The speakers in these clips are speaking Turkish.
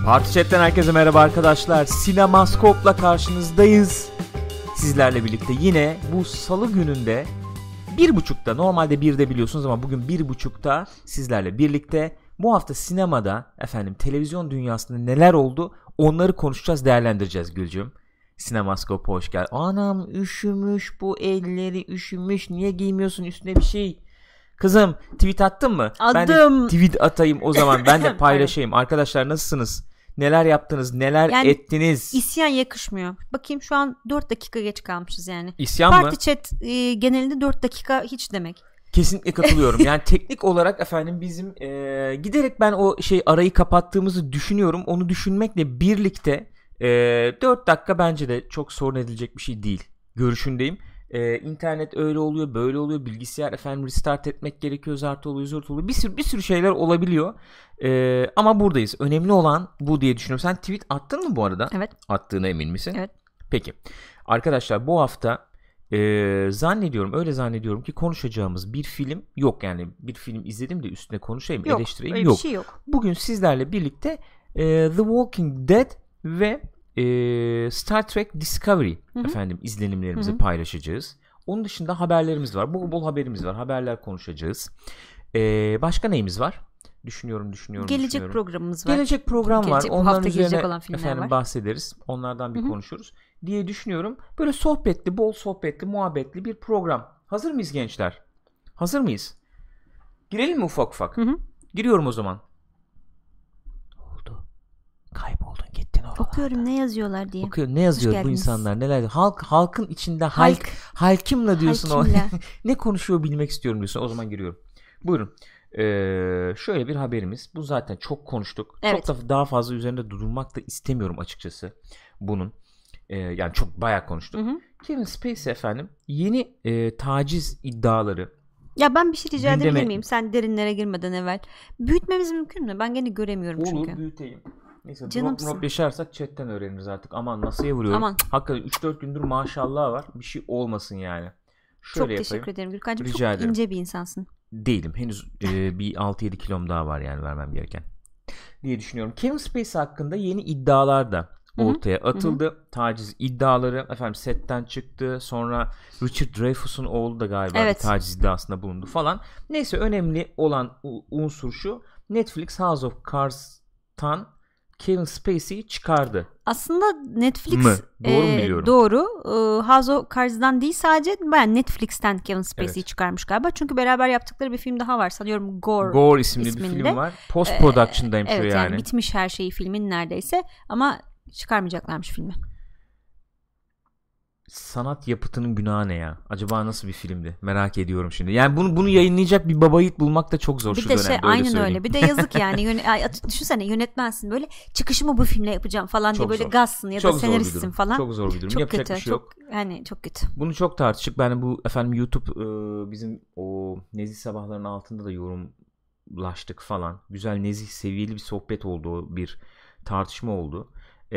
Parti Chat'ten herkese merhaba arkadaşlar. Sinemaskop'la karşınızdayız. Sizlerle birlikte yine bu salı gününde 1.30'da, normalde 1'de biliyorsunuz ama bugün 1.30'da sizlerle birlikte bu hafta sinemada, televizyon dünyasında neler oldu onları konuşacağız, değerlendireceğiz Gülcüm. Sinemaskop'a hoş geldin. Anam üşümüş, bu elleri üşümüş, niye giymiyorsun üstüne bir şey? Kızım tweet attın mı? Attım. Ben de tweet atayım o zaman, ben de paylaşayım. Arkadaşlar nasılsınız? Neler yaptınız? Neler ettiniz? İsyan yakışmıyor. Bakayım şu an 4 dakika geç kalmışız yani. İsyan Parti mı? Chat genelinde 4 dakika hiç demek. Kesinlikle katılıyorum. Yani teknik olarak bizim giderek ben o arayı kapattığımızı düşünüyorum. Onu düşünmekle birlikte 4 dakika bence de çok sorun edilecek bir şey değil. Görüşündeyim. İnternet öyle oluyor, böyle oluyor. Bilgisayar restart etmek gerekiyor, zart oluyor, zort oluyor. Bir sürü şeyler olabiliyor. Ama buradayız. Önemli olan bu diye düşünüyorum. Sen tweet attın mı bu arada? Evet. Attığına emin misin? Evet. Peki. Arkadaşlar bu hafta öyle zannediyorum ki konuşacağımız bir film yok. Yani bir film izledim de üstüne konuşayım, yok, eleştireyim. Yok, bir şey yok. Bugün sizlerle birlikte The Walking Dead ve Star Trek Discovery izlenimlerimizi paylaşacağız. Onun dışında haberlerimiz var. Bol haberimiz var. Haberler konuşacağız. Başka neyimiz var? Düşünüyorum. Gelecek programımız var. Gelecek program var. Bu hafta gelecek olan filmler var. Bahsederiz. Onlardan bir konuşuruz diye düşünüyorum. Böyle sohbetli, bol sohbetli, muhabbetli bir program. Hazır mıyız gençler? Hazır mıyız? Girelim mi ufak ufak? Giriyorum o zaman. Ne oldu? Kayboldun, gittin oralarda. Okuyorum ne yazıyorlar diye. Okuyorum ne yazıyor bu insanlar, neler diyor. Halkın içinde halkimle diyorsun. Halkimle. Ne konuşuyor bilmek istiyorum diyorsun. O zaman giriyorum. Buyurun. Şöyle bir haberimiz. Bu zaten çok konuştuk. Evet. Çok da daha fazla üzerinde durmak da istemiyorum açıkçası bunun. Yani çok bayağı konuştuk. Kevin Spacey yeni taciz iddiaları. Ya ben bir şey rica edebilir miyim? Sen derinlere girmeden evvel. Büyütmemiz mümkün mü? Ben gene göremiyorum çünkü. Olur, büyüteyim. Neyse, Canımsın. drop yaşarsak chatten öğreniriz artık. Aman masaya vuruyorum. Aman. Hakikaten 3-4 gündür maşallah var. Bir şey olmasın yani. Şöyle çok teşekkür ederim Gürkan'cığım. Çok ederim. ince bir insansın. Değilim. Henüz bir 6-7 kilom daha var yani vermem gereken diye düşünüyorum. Kevin Spacey hakkında yeni iddialar da ortaya atıldı. Taciz iddiaları setten çıktı. Sonra Richard Dreyfuss'un oğlu da galiba bir taciz iddiasında bulundu falan. Neyse, önemli olan unsur şu: Netflix House of Cards'tan Kevin Spacey'i çıkardı. Aslında Netflix mı? Doğru mu biliyorum? Doğru. House of Cards'dan değil, sadece Netflix'ten Kevin Spacey'i çıkarmış galiba. Çünkü beraber yaptıkları bir film daha var. Sanıyorum Gore isimli isminde bir film var. Post production'daymış evet, o yani. Bitmiş her şeyi filmin neredeyse. Ama çıkarmayacaklarmış filmi. Sanat yapıtının günahı ne ya? Acaba nasıl bir filmdi? Merak ediyorum şimdi. Yani bunu yayınlayacak bir baba yiğit bulmak da çok zor şu dönemde. Bir de aynen söyleyeyim. öyle. Bir de yazık yani. Düşünsene, yönetmensin, böyle çıkışımı bu filmle yapacağım falan çok diye böyle zor. gazsın ya çok da senaristsin falan. Çok zor bir durum. Çok yapacak kötü, bir şey yok. Çok kötü. Bunu çok tartıştık. Ben bu YouTube bizim o nezih sabahların altında da yorumlaştık falan. Güzel, nezih, seviyeli bir sohbet oldu. Bir tartışma oldu.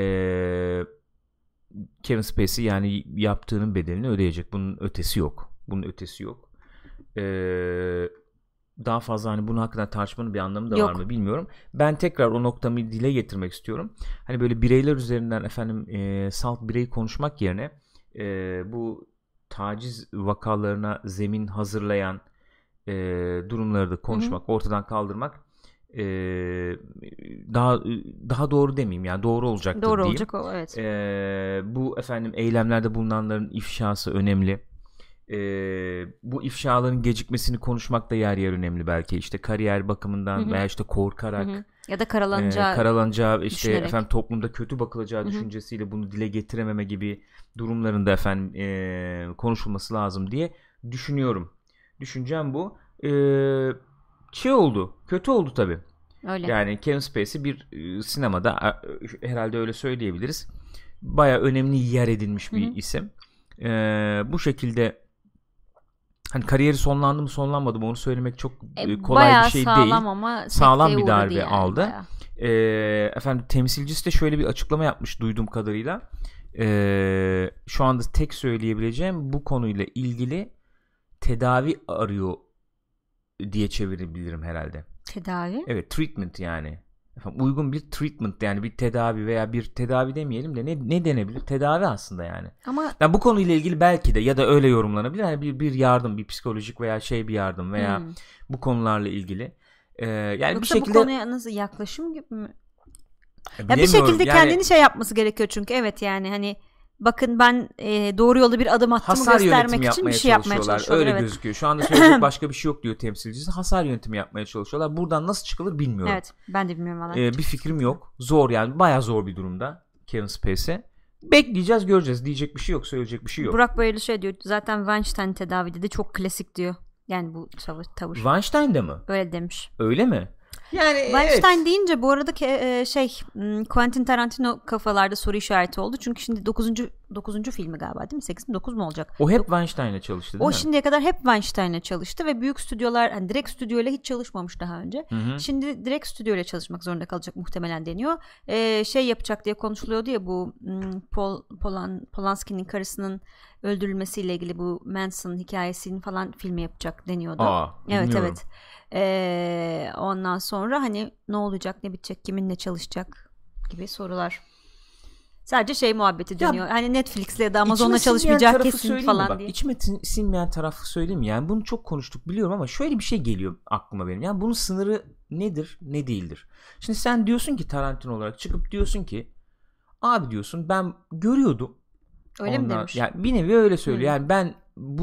Kevin Spacey yani yaptığının bedelini ödeyecek. Bunun ötesi yok. Daha fazla bunun hakkında tartışmanın bir anlamı da var mı bilmiyorum. Ben tekrar o noktamı dile getirmek istiyorum. Böyle bireyler üzerinden salt bireyi konuşmak yerine bu taciz vakalarına zemin hazırlayan durumları da konuşmak, ortadan kaldırmak daha doğru demeyeyim, yani doğru olacaktır doğru diyeyim. Olacak o, evet. Bu eylemlerde bulunanların ifşası önemli. Bu ifşaların gecikmesini konuşmak da yer önemli belki. İşte kariyer bakımından veya işte korkarak ya da karalanacağı işte toplumda kötü bakılacağı düşüncesiyle bunu dile getirememe gibi durumlarında konuşulması lazım diye düşünüyorum. Düşüncem bu. Kötü oldu tabii. Öyle. Yani Kevin Spacey bir sinemada, herhalde öyle söyleyebiliriz, bayağı önemli yer edinmiş bir isim. Bu şekilde kariyeri sonlandı mı sonlanmadı mı onu söylemek çok kolay bir şey değil. Ama sağlam bir darbe yani, aldı. Temsilcisi de şöyle bir açıklama yapmış duyduğum kadarıyla. Şu anda tek söyleyebileceğim, bu konuyla ilgili tedavi arıyor diye çevirebilirim herhalde. Tedavi? Evet, treatment yani. uygun bir treatment, yani bir tedavi veya bir tedavi demeyelim de ne denebilir? Tedavi aslında yani. Ama yani bu konuyla ilgili belki de ya da öyle yorumlanabilir. Yani bir yardım, bir psikolojik veya bir yardım veya bu konularla ilgili. Yani yoksa bir şekilde bu konuya nasıl yaklaşım gibi mi? Ya bir şekilde yani, kendini şey yapması gerekiyor çünkü evet yani hani bakın ben doğru yolda bir adım attığımı göstermek için bir şey yapmaya çalışıyorlar. Öyle gözüküyor. Şu anda söyleyecek başka bir şey yok diyor temsilcisi. Hasar yönetimi yapmaya çalışıyorlar. Buradan nasıl çıkılır bilmiyorum. Evet, ben de bilmiyorum valla. Bir fikrim yok. Zor yani, bayağı zor bir durumda Kevin Spacey. Bekleyeceğiz, göreceğiz. Diyecek bir şey yok, söyleyecek bir şey yok. Burak böyle şey diyor. Zaten Weinstein tedavide de çok klasik diyor. Yani bu tavır. Weinstein'de mi? Öyle demiş. Öyle mi? Yani Weinstein deyince bu arada Quentin Tarantino kafalarda soru işareti oldu. Çünkü şimdi 9. filmi galiba değil mi? 8 mi 9 mu olacak? O hep Weinstein'le çalıştı değil mi? O şimdiye kadar hep Weinstein'le çalıştı ve büyük stüdyolar, hani direkt stüdyoyla hiç çalışmamış daha önce. Hı-hı. Şimdi direkt stüdyoyla çalışmak zorunda kalacak muhtemelen deniyor. Yapacak diye konuşuluyordu ya, bu Polanski'nin karısının öldürülmesiyle ilgili bu Manson hikayesinin falan filmi yapacak deniyordu. Evet. Ondan sonra hani ne olacak, ne bitecek, kiminle çalışacak gibi sorular. Sadece muhabbeti dönüyor. Hani Netflix'le ya da Amazon'la çalışmayacak kesin falan diye. İçime sinmeyen tarafı söyleyeyim mi? Yani bunu çok konuştuk biliyorum ama şöyle bir şey geliyor aklıma benim. Yani bunun sınırı nedir, ne değildir? Şimdi sen diyorsun ki Tarantino olarak çıkıp diyorsun ki abi diyorsun ben görüyordum. Öyle mi demiş? Yani bir nevi öyle söylüyor. Yani ben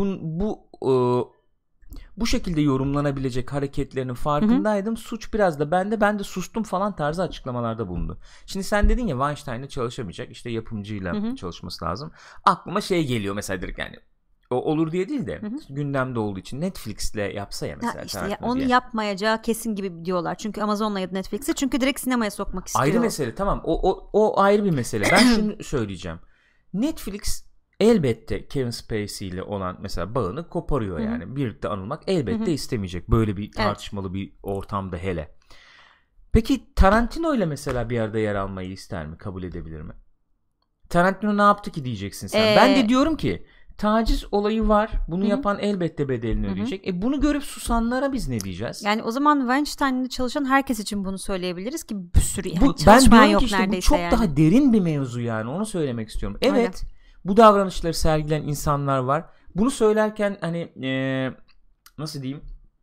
bu şekilde yorumlanabilecek hareketlerinin farkındaydım. Hı-hı. Suç biraz da bende. Ben de sustum falan tarzı açıklamalarda bulundu. Şimdi sen dedin ya Weinstein'le çalışamayacak. İşte yapımcıyla Hı-hı. çalışması lazım. Aklıma geliyor mesela direkt, yani o olur diye değil de Hı-hı. gündemde olduğu için Netflix'le yapsa ya mesela. İşte onu yapmayacağı kesin gibi diyorlar. Çünkü Amazon'la ya da Netflix'e, çünkü direkt sinemaya sokmak istiyor. Ayrı mesele, tamam. O ayrı bir mesele. Ben şunu söyleyeceğim. Netflix elbette Kevin Spacey ile olan mesela bağını koparıyor. Hı-hı. Yani birlikte anılmak elbette Hı-hı. istemeyecek böyle bir tartışmalı bir ortamda hele. Peki Tarantino ile mesela bir arada yer almayı ister mi? Kabul edebilir mi? Tarantino ne yaptı ki diyeceksin sen. Ben de diyorum ki taciz olayı var. Bunu Hı-hı. yapan elbette bedelini Hı-hı. ödeyecek. Bunu görüp susanlara biz ne diyeceğiz? Yani o zaman Weinstein'le çalışan herkes için bunu söyleyebiliriz ki bir sürü çalışmayan yok işte neredeyse. Bu çok yani. daha derin bir mevzu yani. Onu söylemek istiyorum. Evet. Öyle. Bu davranışları sergileyen insanlar var. Bunu söylerken hani nasıl diyeyim,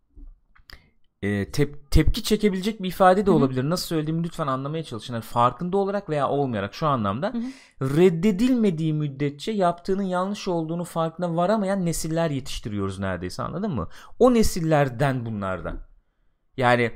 tepki çekebilecek bir ifade de olabilir. Hı-hı. Nasıl söylediğimi lütfen anlamaya çalışın. Yani farkında olarak veya olmayarak şu anlamda Hı-hı. reddedilmediği müddetçe yaptığının yanlış olduğunu farkına varamayan nesiller yetiştiriyoruz neredeyse, anladın mı? O nesillerden bunlardan. Yani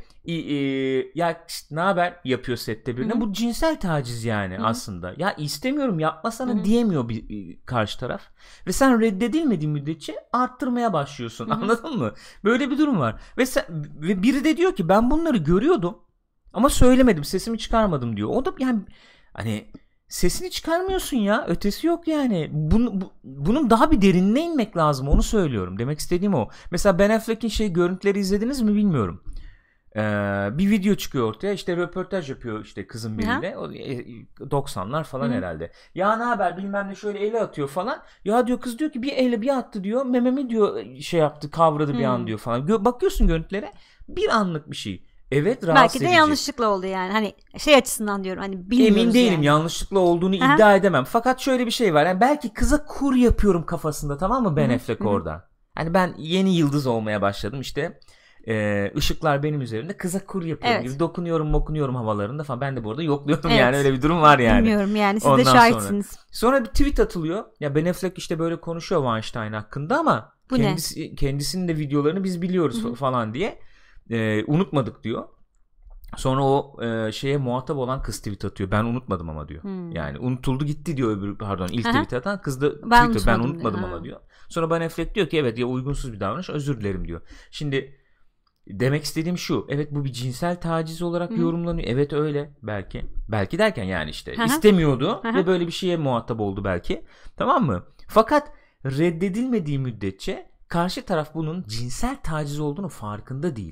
ya işte ne haber yapıyor sette birine. Hı-hı. Bu cinsel taciz yani Hı-hı. aslında. Ya istemiyorum yapmasana Hı-hı. diyemiyor bir karşı taraf. Ve sen reddedilmediğin müddetçe arttırmaya başlıyorsun. Hı-hı. Anladın mı? Böyle bir durum var. Ve biri de diyor ki ben bunları görüyordum ama söylemedim, sesimi çıkarmadım diyor. O da yani hani sesini çıkarmıyorsun ya. Ötesi yok yani. Bunun daha bir derinine inmek lazım. Onu söylüyorum. Demek istediğim o. Mesela Ben Affleck'in görüntüleri izlediniz mi bilmiyorum. Bir video çıkıyor ortaya, işte röportaj yapıyor işte kızın biriyle. 90'lar falan herhalde. Ya ne haber bilmem ne, şöyle eli atıyor falan. Ya diyor kız diyor ki bir elle bir attı diyor. Mememi diyor yaptı, kavradı bir an diyor falan. Bakıyorsun görüntülere, bir anlık bir şey. Evet, rahatsız belki de edici. Yanlışlıkla oldu yani. Hani açısından diyorum. Hani bilmiyoruz. Emin değilim yani. Yanlışlıkla olduğunu iddia edemem. Fakat şöyle bir şey var. Yani belki kıza kur yapıyorum kafasında, tamam mı Ben Affleck orada. Hani ben yeni yıldız olmaya başladım işte. Işıklar benim üzerimde, kıza kur yapıyorum gibi, dokunuyorum havalarında falan. Ben de bu arada yokluyorum yani, öyle bir durum var yani. Bilmiyorum yani, siz de şahitsiniz. Sonra bir tweet atılıyor. Ya Ben Affleck işte böyle konuşuyor Weinstein hakkında ama kendisinin de videolarını biz biliyoruz falan diye. Unutmadık diyor. Sonra o muhatap olan kız tweet atıyor. Ben unutmadım ama diyor. Yani unutuldu gitti diyor ilk tweet atan kız da ben unutmadım ama diyor. Sonra Ben Affleck diyor ki evet ya, uygunsuz bir davranış, özür dilerim diyor. Şimdi demek istediğim şu. Evet, bu bir cinsel taciz olarak yorumlanıyor. Evet öyle belki. Belki derken yani işte istemiyordu ve böyle bir şeye muhatap oldu belki. Tamam mı? Fakat reddedilmediği müddetçe karşı taraf bunun cinsel taciz olduğunu farkında değil.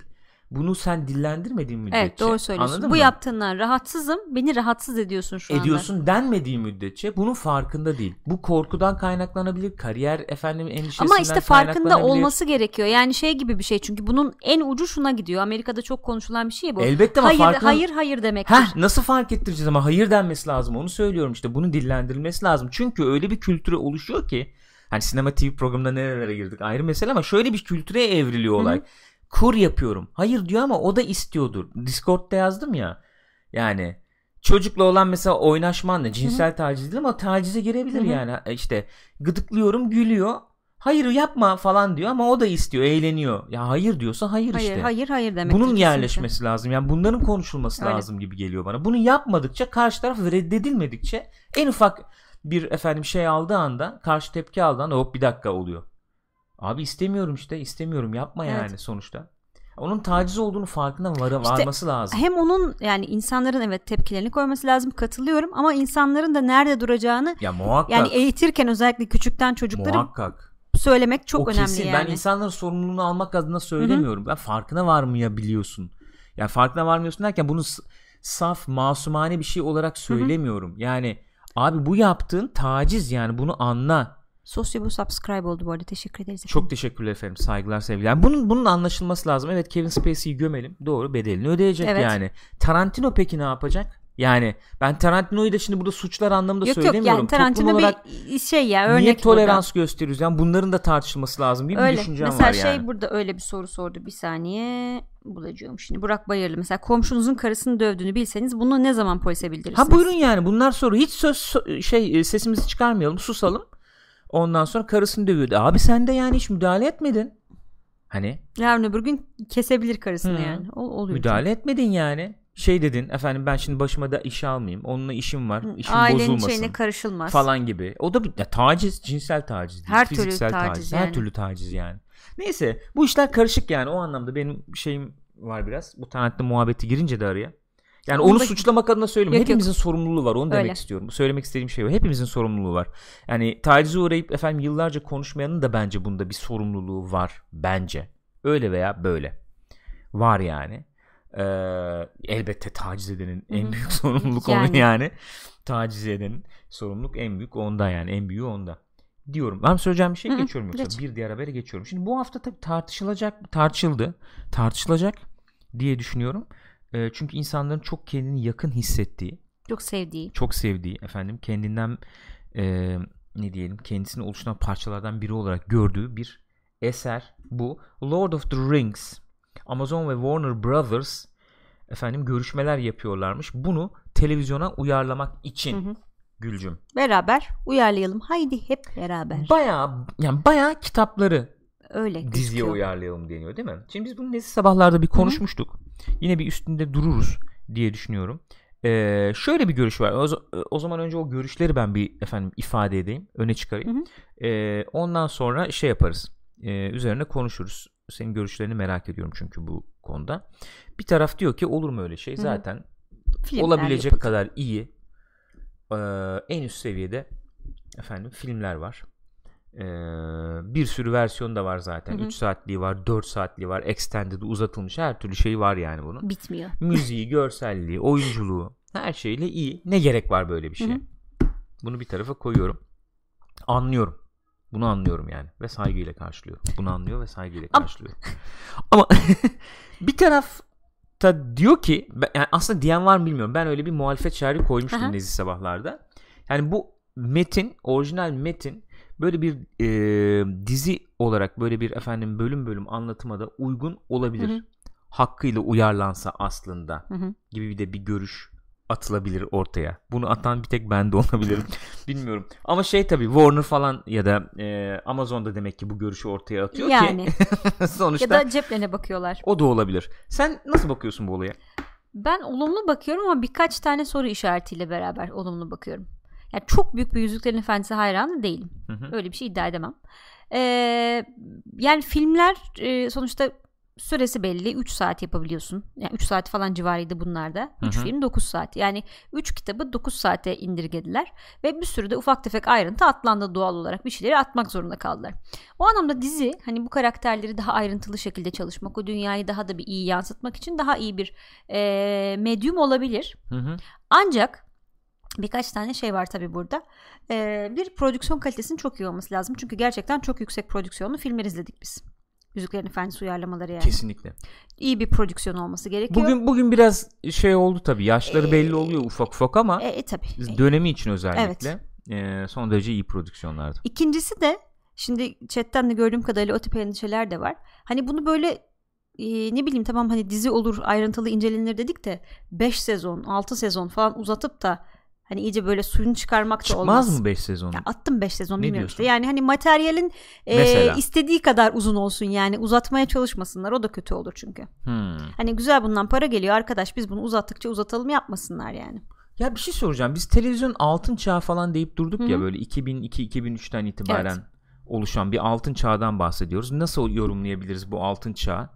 bunu sen dillendirmediğin müddetçe. Evet, doğru söylüyorsun. Bu mı? Yaptığından rahatsızım. Beni rahatsız ediyorsun şu anda. Ediyorsun denmediği müddetçe bunun farkında değil. Bu korkudan kaynaklanabilir. Kariyer endişesinden ama işte farkında olması gerekiyor. Yani şey gibi bir şey, çünkü bunun en ucu şuna gidiyor. Amerika'da çok konuşulan bir şey bu. Elbette ama hayır demektir. Nasıl fark ettireceğiz ama hayır denmesi lazım. Onu söylüyorum işte. Bunun dillendirilmesi lazım. Çünkü öyle bir kültüre oluşuyor ki, hani sinema TV programında nerelere girdik ayrı mesele, ama şöyle bir kültüre evriliyor olay. Hı-hı. Kur yapıyorum. Hayır diyor ama o da istiyordur. Discord'da yazdım ya. Yani çocukla olan mesela oynaşmanla cinsel taciz değil ama tacize girebilir. Hı-hı. Yani işte gıdıklıyorum, gülüyor. Hayır yapma falan diyor ama o da istiyor, eğleniyor. Ya hayır diyorsa hayır işte. Hayır demek. Bunun yerleşmesi lazım. Yani bunların konuşulması lazım gibi geliyor bana. Bunu yapmadıkça, karşı taraf reddedilmedikçe, en ufak bir şey aldığı anda, karşı tepki aldığı anda hop bir dakika oluyor. Abi istemiyorum işte, istemiyorum, yapma yani sonuçta. Onun taciz olduğunu farkına varması lazım. Hem onun, yani insanların tepkilerini koyması lazım, katılıyorum, ama insanların da nerede duracağını yani eğitirken özellikle küçükten çocukları söylemek çok önemli kesin. Yani. Ben insanların sorumluluğunu almak adına söylemiyorum. Hı-hı. Ben farkına varmayabiliyorsun. Yani farkına varmıyorsun derken bunu saf, masumane bir şey olarak söylemiyorum. Hı-hı. Yani abi bu yaptığın taciz, yani bunu anla. Sosyo subscribe oldu bu arada. Teşekkür ederiz efendim. Çok teşekkürler efendim. Saygılar, sevgiler. Yani bunun anlaşılması lazım. Evet, Kevin Spacey'i gömelim. Doğru, bedelini ödeyecek yani. Tarantino peki ne yapacak? Yani ben Tarantino'yu da şimdi burada suçlar anlamında söylemiyorum. Yok yani Tarantino olarak bir örnek. Niye tolerans gösteriyoruz? Yani bunların da tartışılması lazım gibi bir düşüncem mesela var yani. Mesela burada öyle bir soru sordu. Bir saniye bulacağım şimdi. Burak Bayırlı mesela, komşunuzun karısını dövdüğünü bilseniz bunu ne zaman polise bildirirsiniz? Buyurun yani, bunlar soru. Hiç sesimizi çıkarmayalım, susalım. Ondan sonra karısını dövüyordu. Abi sen de yani hiç müdahale etmedin. Hani? Yarın öbür gün kesebilir karısını yani. Oluyor. Müdahale etmedin yani. Dedin, efendim ben şimdi başıma da iş almayayım. Onunla işim var. İşim ailenin bozulmasın. Ailenin şeyine karışılmaz. Falan gibi. O da bir taciz. Cinsel taciz değil. Her fiziksel türlü taciz yani. Her türlü taciz yani. Neyse. Bu işler karışık yani. O anlamda benim şeyim var biraz. Bu Tarantino muhabbeti girince de araya. Yani onu suçlamak adına söylemiyorum. Hepimizin sorumluluğu var. Onu demek istiyorum. Söylemek istediğim şey o. Hepimizin sorumluluğu var. Yani tacize uğrayıp yıllarca konuşmayanın da bence bunda bir sorumluluğu var. Bence. Öyle veya böyle. Var yani. Elbette taciz edenin en büyük sorumluluk onu yani. Taciz edenin sorumluluk en büyük onda yani. En büyüğü onda. Diyorum. Ben söyleyeceğim bir şey geçiyorum yoksa. Bir diğer habere geçiyorum. Şimdi bu hafta tabii tartışılacak diye düşünüyorum. Çünkü insanların çok kendini yakın hissettiği, çok sevdiği kendinden kendisini oluşturan parçalardan biri olarak gördüğü bir eser bu. Lord of the Rings. Amazon ve Warner Brothers görüşmeler yapıyorlarmış. Bunu televizyona uyarlamak için. Gülcüm. Beraber uyarlayalım. Haydi hep beraber. Bayağı kitapları öyle diziye uyarlayalım deniyor değil mi? Şimdi biz bunu Nezih Sabahlar'da bir konuşmuştuk. Yine bir üstünde dururuz diye düşünüyorum. Şöyle bir görüş var. O zaman önce o görüşleri ben bir ifade edeyim. Öne çıkarayım. Ondan sonra yaparız. Üzerine konuşuruz. Senin görüşlerini merak ediyorum çünkü bu konuda. Bir taraf diyor ki olur mu öyle şey? Zaten filmler olabilecek yapıldı. Kadar iyi en üst seviyede filmler var. Bir sürü versiyonu da var zaten. 3 saatliği var, 4 saatliği var, extended, uzatılmış, her türlü şeyi var yani bunun. Bitmiyor. Müziği, görselliği, oyunculuğu, her şeyle iyi. Ne gerek var böyle bir şeye? Bunu bir tarafa koyuyorum. Anlıyorum. Bunu anlıyorum yani ve saygıyla karşılıyorum. Bunu anlıyor ve saygıyla karşılıyorum. Ama bir tarafta diyor ki, yani aslında diyen var mı bilmiyorum. Ben öyle bir muhalefet şerhi koymuştum Nezih Sabahlar'da. Yani bu metin, orijinal metin böyle bir dizi olarak böyle bir bölüm bölüm anlatıma da uygun olabilir. Hakkıyla uyarlansa aslında gibi bir görüş atılabilir ortaya. Bunu atan bir tek ben de olabilirim. Bilmiyorum. Ama tabii Warner falan ya da Amazon'da demek ki bu görüşü ortaya atıyor ki sonuçta. Ya da ceplerine bakıyorlar. O da olabilir. Sen nasıl bakıyorsun bu olaya? Ben olumlu bakıyorum ama birkaç tane soru işaretiyle beraber olumlu bakıyorum. Yani çok büyük bir Yüzüklerin Efendisi hayranı değilim. Öyle bir şey iddia edemem. Yani filmler sonuçta süresi belli. 3 saat yapabiliyorsun. Yani 3 saat falan civarıydı bunlarda. 3 film 9 saat. Yani 3 kitabı 9 saate indirgediler. Ve bir sürü de ufak tefek ayrıntı atlandı doğal olarak. Bir şeyleri atmak zorunda kaldılar. O anlamda dizi hani bu karakterleri daha ayrıntılı şekilde çalışmak, o dünyayı daha da bir iyi yansıtmak için daha iyi bir medyum olabilir. Ancak birkaç tane şey var tabii burada. Bir, prodüksiyon kalitesinin çok iyi olması lazım. Çünkü gerçekten çok yüksek prodüksiyonlu filmler izledik biz. Yüzüklerin Efendisi uyarlamaları yani. Kesinlikle. İyi bir prodüksiyon olması gerekiyor. Bugün biraz şey oldu tabii. Yaşları belli oluyor ufak ufak ama tabii. dönemi için özellikle son derece iyi prodüksiyonlardı. İkincisi de şimdi chatten de gördüğüm kadarıyla o tip endişeler de var. Hani bunu böyle ne bileyim tamam hani dizi olur, ayrıntılı incelenir dedik de 5 sezon 6 sezon falan uzatıp da hani iyice böyle suyunu çıkarmak da olmaz. Çıkmaz mı 5 sezon? Ya attım 5 sezon bilmiyorum işte. Yani hani materyalin istediği kadar uzun olsun yani uzatmaya çalışmasınlar. O da kötü olur çünkü. Hani güzel bundan para geliyor arkadaş biz bunu uzattıkça uzatalım yapmasınlar yani. Ya bir şey soracağım. Biz televizyon altın çağı falan deyip durduk ya böyle 2002-2003'ten itibaren oluşan bir altın çağdan bahsediyoruz. Nasıl yorumlayabiliriz bu altın çağı?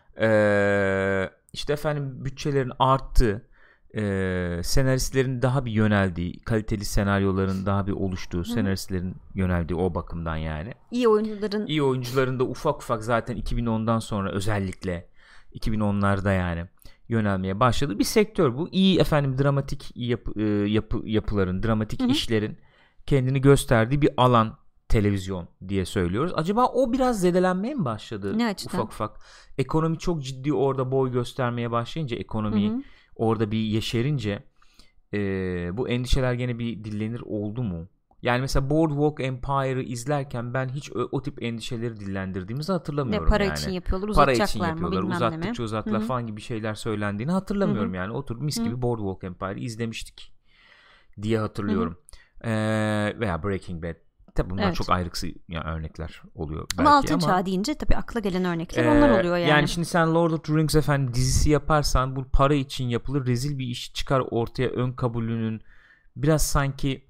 İşte efendim bütçelerin arttığı, senaristlerin daha bir yöneldiği, kaliteli senaryoların daha bir oluştuğu, senaristlerin yöneldiği o bakımdan yani. İyi oyuncuların da ufak ufak zaten 2010'dan sonra özellikle 2010'larda yani yönelmeye başladı bir sektör bu. İyi efendim dramatik yapıların, dramatik işlerin kendini gösterdiği bir alan televizyon diye söylüyoruz. Acaba o biraz zedelenmeye mi başladı ufak ufak? Ekonomi çok ciddi orada boy göstermeye başlayınca ekonomiyi orada bir yeşerince bu endişeler gene bir dillenir oldu mu? Yani mesela Boardwalk Empire'ı izlerken ben hiç o tip endişeleri dillendirdiğimizi hatırlamıyorum. Para için yapıyorlar, uzatacaklar mı bilmem uzattıkça uzattılar falan gibi şeyler söylendiğini hatırlamıyorum yani. Oturup mis gibi Boardwalk Empire'ı izlemiştik diye hatırlıyorum. Veya Breaking Bad. Tabii bunlar çok ayrıksı örnekler oluyor belki ama altın çağı deyince tabii akla gelen örnekler onlar oluyor yani. Yani şimdi sen Lord of the Rings efendim dizisi yaparsan bu para için yapılır, rezil bir iş çıkar ortaya, ön kabulünün biraz sanki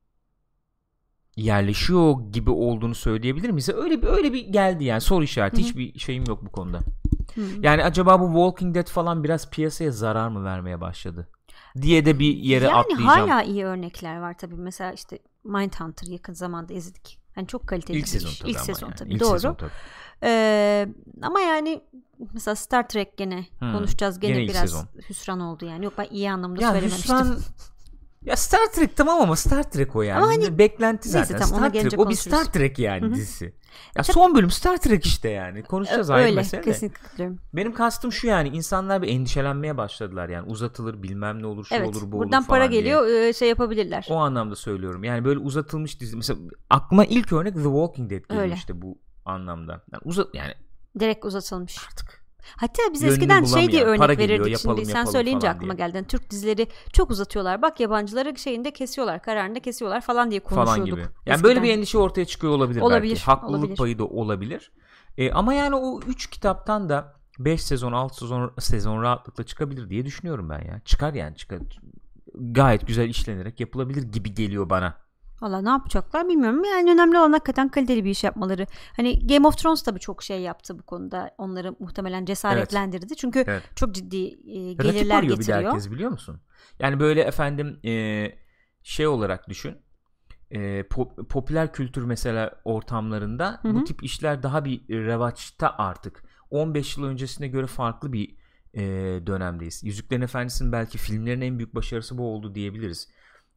yerleşiyor gibi olduğunu söyleyebilir miyiz? Öyle bir geldi yani soru işareti. Hiçbir şeyim yok bu konuda. Yani acaba bu Walking Dead falan biraz piyasaya zarar mı vermeye başladı diye de bir yere atlayacağım. Yani hala iyi örnekler var tabii. Mesela işte Mindhunter yakın zamanda izledik. Yani çok kaliteli İlk sezon iş. tabii. İlk sezon tabii. İlk doğru. Sezon, tabii. Ama yani mesela Star Trek gene konuşacağız. Gene biraz sezon. Hüsran oldu yani. Yok ben iyi anlamda söylememiştim. Ya Star Trek tamam ama Star Trek o yani. Ama hani, beklenti zaten. Star Trek o bir Star Trek yani dizisi. Ya son bölüm Star Trek işte yani. Konuşacağız ayrı mesele. Öyle kesinlikle. Benim kastım şu yani insanlar bir endişelenmeye başladılar yani uzatılır bilmem ne olur şu olur bu olur falan buradan para geliyor şey yapabilirler. O anlamda söylüyorum. Yani böyle uzatılmış dizi mesela aklıma ilk örnek The Walking Dead geliyor işte bu anlamda. Yani direkt uzatılmış. Artık. Hatta biz eskiden diye örnek verirdik. Şimdi sen söyleyince aklıma geldi. Yani Türk dizileri çok uzatıyorlar. Bak yabancıları şeyinde kesiyorlar, kararında kesiyorlar falan diye konuşuyorduk. Falan gibi. Yani eskiden. Böyle bir endişe ortaya çıkıyor olabilir belki. Haklılık payı da olabilir. Ama yani o 3 kitaptan da 5 sezon 6 sezon rahatlıkla çıkabilir diye düşünüyorum ben ya. Çıkar. Gayet güzel işlenerek yapılabilir gibi geliyor bana. Valla ne yapacaklar bilmiyorum. Yani önemli olan hakikaten kaliteli bir iş yapmaları. Hani Game of Thrones tabii çok şey yaptı bu konuda. Onları muhtemelen cesaretlendirdi. Çünkü çok ciddi gelirler getiriyor. Bir de herkes biliyor musun? Yani böyle efendim şey olarak düşün. Popüler kültür mesela ortamlarında bu tip işler daha bir revaçta artık. 15 yıl öncesine göre farklı bir dönemdeyiz. Yüzüklerin Efendisi'nin belki filmlerin en büyük başarısı bu oldu diyebiliriz.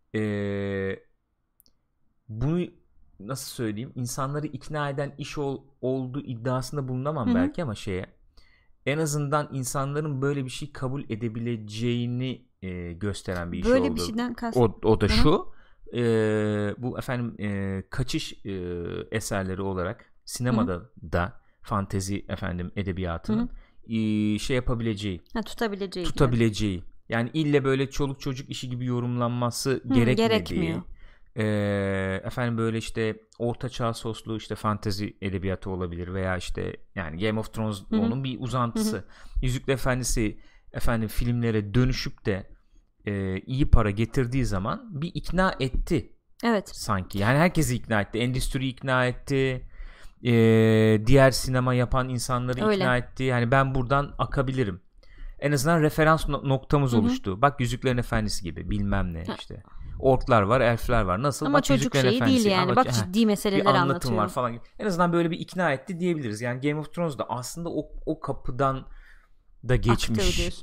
Bunu nasıl söyleyeyim? İnsanları ikna eden iş olduğu iddiasında bulunamam belki ama en azından insanların böyle bir şey kabul edebileceğini gösteren bir iş böyle oldu. Bir şeyden kastım. O da şu. Bu efendim kaçış eserleri olarak sinemada da fantezi efendim edebiyatının şey yapabileceği, tutabileceği. Yani ille böyle çoluk çocuk işi gibi yorumlanması gerekmiyor. Efendim böyle işte orta çağ soslu işte fantezi edebiyatı olabilir veya işte yani Game of Thrones onun bir uzantısı. Yüzükler Efendisi efendim filmlere dönüşüp de iyi para getirdiği zaman bir ikna etti. Evet. Sanki. Yani herkesi ikna etti. Endüstriyi ikna etti. diğer sinema yapan insanları ikna etti. Yani ben buradan akabilirim. En azından referans noktamız oluştu. Bak Yüzüklerin Efendisi gibi bilmem ne işte. Orklar var, elfler var. Nasıl? Ama bak, çocuk şeyi değil yani. Bak ciddi meseleler bir anlatım anlatıyor. var falan gibi. En azından böyle bir ikna etti diyebiliriz. Yani Game of Thrones da aslında o kapıdan da geçmiş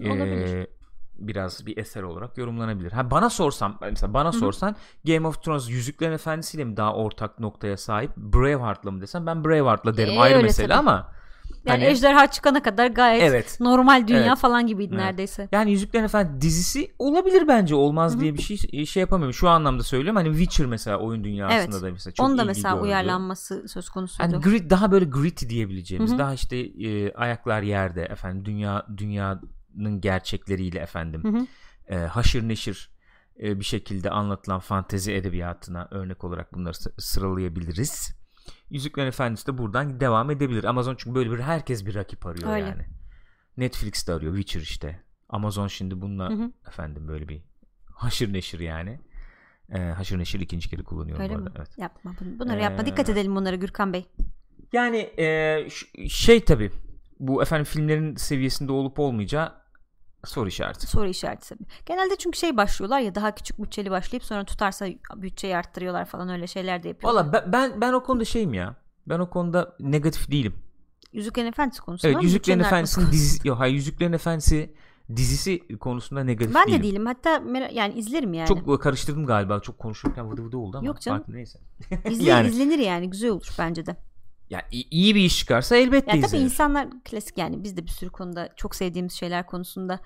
biraz bir eser olarak yorumlanabilir. Bana sorsan mesela sorsan Game of Thrones Yüzüklerin Efendisi ile mi daha ortak noktaya sahip, Braveheart'la mı desem ben Braveheart'la derim. Ayrı mesele tabii. Ama yani ejderha çıkana kadar gayet normal dünya falan gibiydi neredeyse. Yani Yüzüklerin Efendisi dizisi olabilir bence. Olmaz diye bir şey yapamıyorum. Şu anlamda söylüyorum. Hani Witcher mesela oyun dünyasında da mesela çok onun da mesela uyarlanması söz konusuydu. Yani daha böyle gritty diyebileceğimiz, daha işte ayaklar yerde dünyanın gerçekleriyle haşır neşir bir şekilde anlatılan fantezi edebiyatına örnek olarak bunları sıralayabiliriz. Yüzüklerin Efendisi de buradan devam edebilir. Amazon çünkü böyle herkes bir rakip arıyor yani. Netflix de arıyor, Witcher işte. Amazon şimdi bununla böyle bir haşır neşir yani. Haşır neşir ikinci kere kullanıyorum öyle bu arada. Mi? Evet. Yapma bunları yapma. Dikkat edelim bunlara Gürkan Bey. Yani tabii bu filmlerin seviyesinde olup olmayacağı soru işareti. Soru işareti tabii. Genelde çünkü başlıyorlar ya, daha küçük bütçeli başlayıp sonra tutarsa bütçeyi arttırıyorlar falan, öyle şeyler de yapıyorlar. Valla ben o konuda ya. Ben o konuda negatif değilim. Yüzüklerin Efendisi konusunda. Evet, Yüzüklerin Efendisi'nin dizisi Yüzüklerin Efendisi dizisi konusunda negatif değilim. Ben de değilim. Hatta yani izlerim yani. Çok karıştırdım galiba. Çok konuşurken vıdı oldu ama. Yok canım. Neyse. İzlenir yani. Güzel olur bence de. Ya iyi bir iş çıkarsa elbette izlenir. Tabii insanlar klasik yani, biz de bir sürü konuda çok sevdiğimiz şeyler konusunda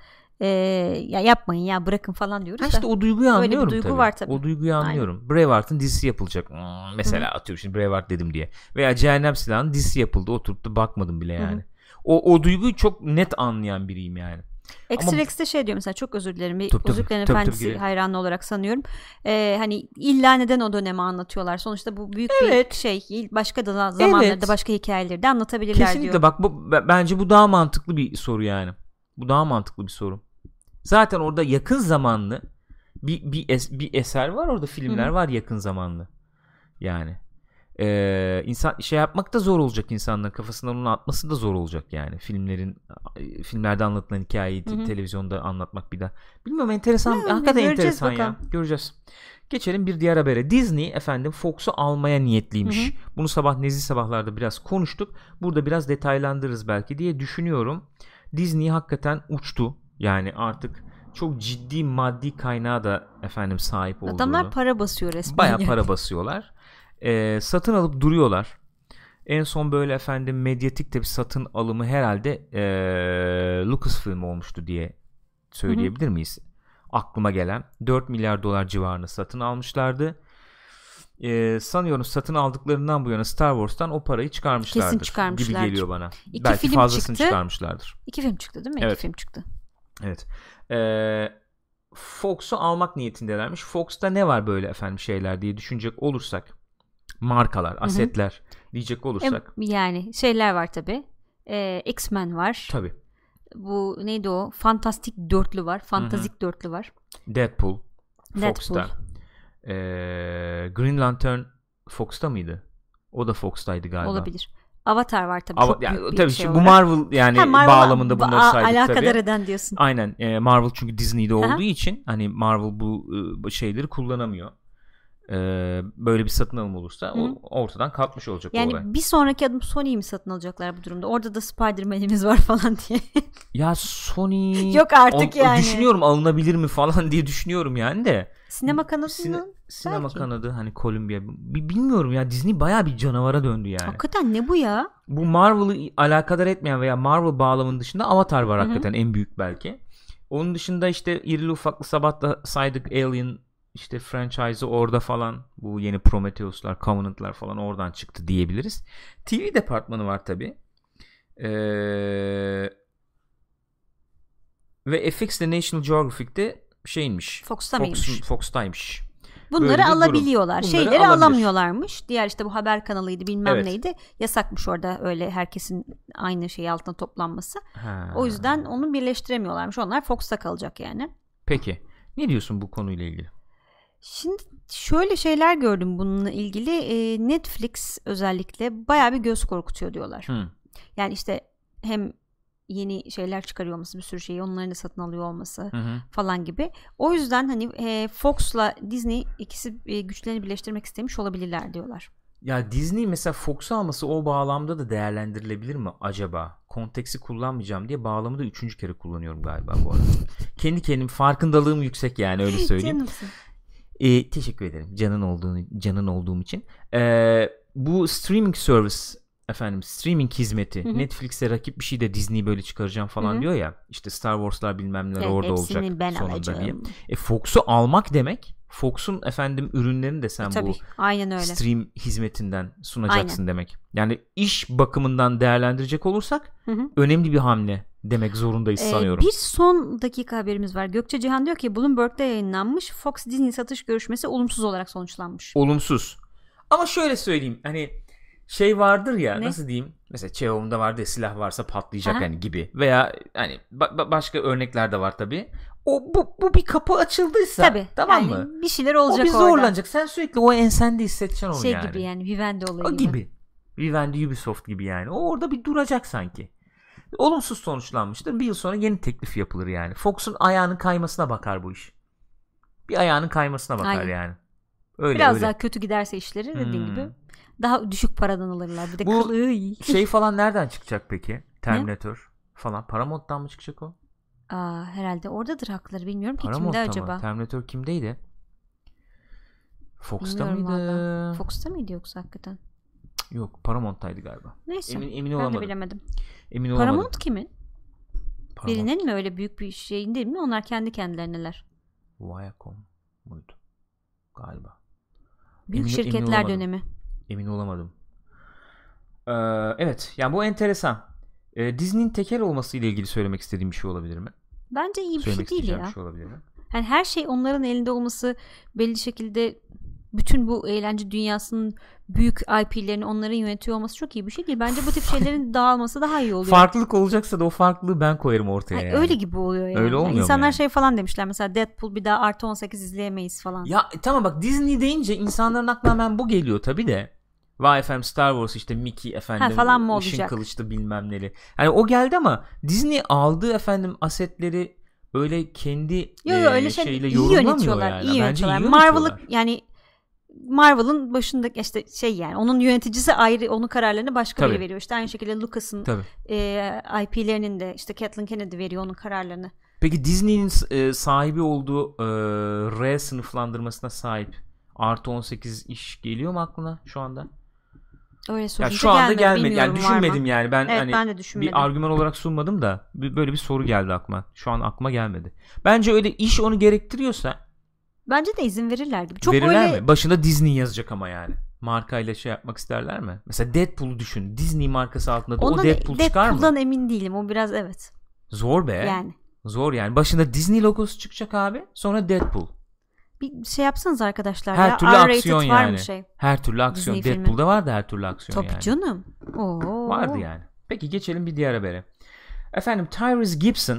ya yapmayın ya bırakın falan diyoruz. İşte o duyguyu anlıyorum. Öyle bir duygu tabii. var tabii. O duyguyu anlıyorum. Aynen. Braveheart'ın dizisi yapılacak. Mesela atıyorum şimdi Braveheart dedim diye. Veya Cehennem Silahı'nın dizisi yapıldı. Oturup da bakmadım bile yani. O duyguyu çok net anlayan biriyim yani. X-Rex'te diyor mesela, çok özür dilerim. Yüzüklerin Efendisi hayranı olarak sanıyorum. Hani illa neden o dönemi anlatıyorlar? Sonuçta bu büyük bir şey. Başka da zamanlarda başka hikayeleri de anlatabilirler diyor. Kesinlikle bak bence bu daha mantıklı bir soru yani. Bu daha mantıklı bir soru. Zaten orada yakın zamanlı bir eser var, orada filmler var yakın zamanlı. Yani insan yapmak da zor olacak, insanların kafasından onu atması da zor olacak yani. Filmlerde anlatılan hikayeyi televizyonda anlatmak bir daha. Bilmiyorum, enteresan. Hakikaten enteresan bakalım. Ya. Göreceğiz. Geçelim bir diğer habere. Disney Fox'u almaya niyetliymiş. Bunu sabah Nezih Sabahlar'da biraz konuştuk. Burada biraz detaylandırırız belki diye düşünüyorum. Disney hakikaten uçtu. Yani artık çok ciddi maddi kaynağa da sahip olduğunu. Adamlar para basıyor resmen. Bayağı para basıyorlar. Satın alıp duruyorlar. En son böyle medyatik de bir satın alımı herhalde Lucasfilm olmuştu diye söyleyebilir miyiz? Aklıma gelen 4 milyar dolar civarını satın almışlardı. Sanıyorum satın aldıklarından bu yana Star Wars'tan o parayı çıkarmışlardır. Kesin çıkarmışlardır gibi geliyor bana. 2 belki film fazlasını çıktı. Çıkarmışlardır. 2 film çıktı değil mi? Evet. 2 film çıktı. Evet. Fox'u almak niyetindelermiş. Fox'ta ne var böyle şeyler diye düşünecek olursak, markalar, asetler diyecek olursak. Yani şeyler var tabii. X-Men var. Tabii. Bu neydi o? Fantastik dörtlü var. Fantastik dörtlü var. Deadpool. Fox'ta. Green Lantern Fox'ta mıydı? O da Fox'taydı galiba. Olabilir. Avatar var tabii. Çok büyük bir tabii şey bu olarak. Marvel yani bağlamında bunları saydık alakadar tabii. eden diyorsun. Aynen. Marvel çünkü Disney'de olduğu için Marvel bu şeyleri kullanamıyor. Böyle bir satın alım olursa o ortadan kalkmış olacak yani olay. Bir sonraki adım Sony'yi mi satın alacaklar bu durumda? Orada da Spider-Man'imiz var falan diye. Ya Sony yok artık yani. Düşünüyorum alınabilir mi falan diye düşünüyorum yani de. Sinema kanadının sinema kanadı Columbia. Bilmiyorum ya, Disney bayağı bir canavara döndü yani. Hakikaten ne bu ya? Bu Marvel'ı alakadar etmeyen veya Marvel bağlamının dışında Avatar var hakikaten en büyük belki. Onun dışında işte irili ufaklı sabah da saydık Alien işte franchise'ı orada falan, bu yeni Prometheus'lar, Covenant'lar falan oradan çıktı diyebiliriz. TV departmanı var tabii. Ve FX'de National Geographic'te Fox'taymış. Bunları alabiliyorlar. Şeyleri alamıyorlarmış. Diğer işte bu haber kanalıydı bilmem neydi. Yasakmış orada öyle herkesin aynı şeyi altına toplanması. O yüzden onu birleştiremiyorlarmış. Onlar Fox'ta kalacak yani. Peki. Ne diyorsun bu konuyla ilgili? Şimdi şöyle şeyler gördüm bununla ilgili. Netflix özellikle bayağı bir göz korkutuyor diyorlar. Yani işte hem yeni şeyler çıkarıyor olması, bir sürü şeyi onların da satın alıyor olması falan gibi. O yüzden hani Fox'la Disney ikisi güçlerini birleştirmek istemiş olabilirler diyorlar. Ya Disney mesela Fox'u alması o bağlamda da değerlendirilebilir mi acaba? Konteksi kullanmayacağım diye bağlamı da 3. kere kullanıyorum galiba bu arada. Kendi kendim farkındalığım yüksek yani, öyle söyleyeyim. Canımsın. Teşekkür ederim canın olduğum için. Bu streaming service, streaming hizmeti, Netflix'e rakip bir şey de Disney böyle çıkaracağım falan diyor ya. İşte Star Wars'lar bilmem neler orada olacak sonunda diye. Fox'u almak demek, Fox'un ürünlerini de sen bu aynen öyle. Stream hizmetinden sunacaksın demek. Yani iş bakımından değerlendirecek olursak önemli bir hamle demek zorundayız sanıyorum. Bir son dakika haberimiz var. Gökçe Cihan diyor ki Bloomberg'da yayınlanmış Fox Disney satış görüşmesi olumsuz olarak sonuçlanmış. Olumsuz. Ama şöyle söyleyeyim, hani şey vardır ya, nasıl diyeyim? Mesela Çehov'unda vardı ya, silah varsa patlayacak hani gibi. Veya hani başka örnekler de var tabii. Bu bir kapı açıldıysa tabii, tamam yani mı? Bir şeyler olacak orada. O bir zorlanacak. Sen sürekli o ensende hissedeceksin onu şey yani. Şey gibi yani Vivendi olayı o gibi. Vivendi, Ubisoft gibi yani. O orada bir duracak sanki. Olumsuz sonuçlanmıştır. Bir yıl sonra yeni teklif yapılır yani. Fox'un ayağının kaymasına bakar bu iş. Bir ayağının kaymasına bakar yani. Öyle, biraz daha kötü giderse işleri dediğin gibi daha düşük paradan alırlar. Bir de bu şey falan nereden çıkacak peki? Terminator falan. Paramount'tan mı çıkacak o? Herhalde oradadır hakları, bilmiyorum ki Paramount'ta kimde acaba? Terminator kimdeydi? Fox'ta mıydı? Vallahi. Fox'ta mıydı yoksa hakikaten? Yok, Paramount'taydı galiba. Neyse. Emin olamadım. Ben de bilemedim. Emin olamadım. Paramount kimin? Birinin mi, öyle büyük bir şeyin değil mi? Onlar kendi kendilerineler. Viacom muydu? Galiba. Büyük şirketler dönemi. Emin olamadım. Evet. Yani bu enteresan. Disney'nin tekel olması ile ilgili söylemek istediğim bir şey olabilir mi? Bence iyi bir şey değil ya. Bir şey olabilir mi? Yani her şey onların elinde olması, belli şekilde bütün bu eğlence dünyasının büyük IP'lerini onların yönetiyor olması çok iyi bir şey değil. Bence bu tip şeylerin dağılması daha iyi oluyor. Farklılık olacaksa da o farklılığı ben koyarım ortaya yani. Öyle gibi oluyor yani. Öyle olmuyor İnsanlar yani? Şey falan demişler mesela, Deadpool bir daha +18 izleyemeyiz falan. Ya tamam, bak Disney deyince insanların aklına hemen bu geliyor tabii de. Vay efendim, Star Wars işte Mickey falan mı olacak? Işın kılıçlı bilmem neli. Yani o geldi ama Disney aldığı öyle kendi öyle şeyle iyi yönetiyorlar. Yani. İyi yönetiyorlar. Marvel'ın başındaki işte yani onun yöneticisi ayrı, onun kararlarını başka biri veriyor. İşte aynı şekilde Lucas'ın IP'lerinin de işte Kathleen Kennedy veriyor onun kararlarını. Peki Disney'nin sahibi olduğu R sınıflandırmasına sahip +18 iş geliyor mu aklına şu anda? Öyle sorunca şu anda gelmedi. Yani düşünmedim yani. Ben de düşünmedim. Bir argüman olarak sunmadım da böyle bir soru geldi aklıma. Şu an aklıma gelmedi. Bence öyle iş onu gerektiriyorsa bence de izin verirler gibi. Çok verirler mi? Başında Disney yazacak ama yani. Markayla şey yapmak isterler mi? Mesela Deadpool'u düşün. Disney markası altında da o Deadpool çıkar mı? Deadpool'dan emin değilim. O biraz Zor be. Yani. Zor yani. Başında Disney logosu çıkacak abi. Sonra Deadpool. Bir şey yapsanız arkadaşlar her ya. Türlü aksiyon yani. Var mı şey? Her türlü aksiyon. Disney Deadpool'da filmi vardı her türlü aksiyon Tabii canım. Vardı yani. Peki geçelim bir diğer habere. Efendim, Tyrese Gibson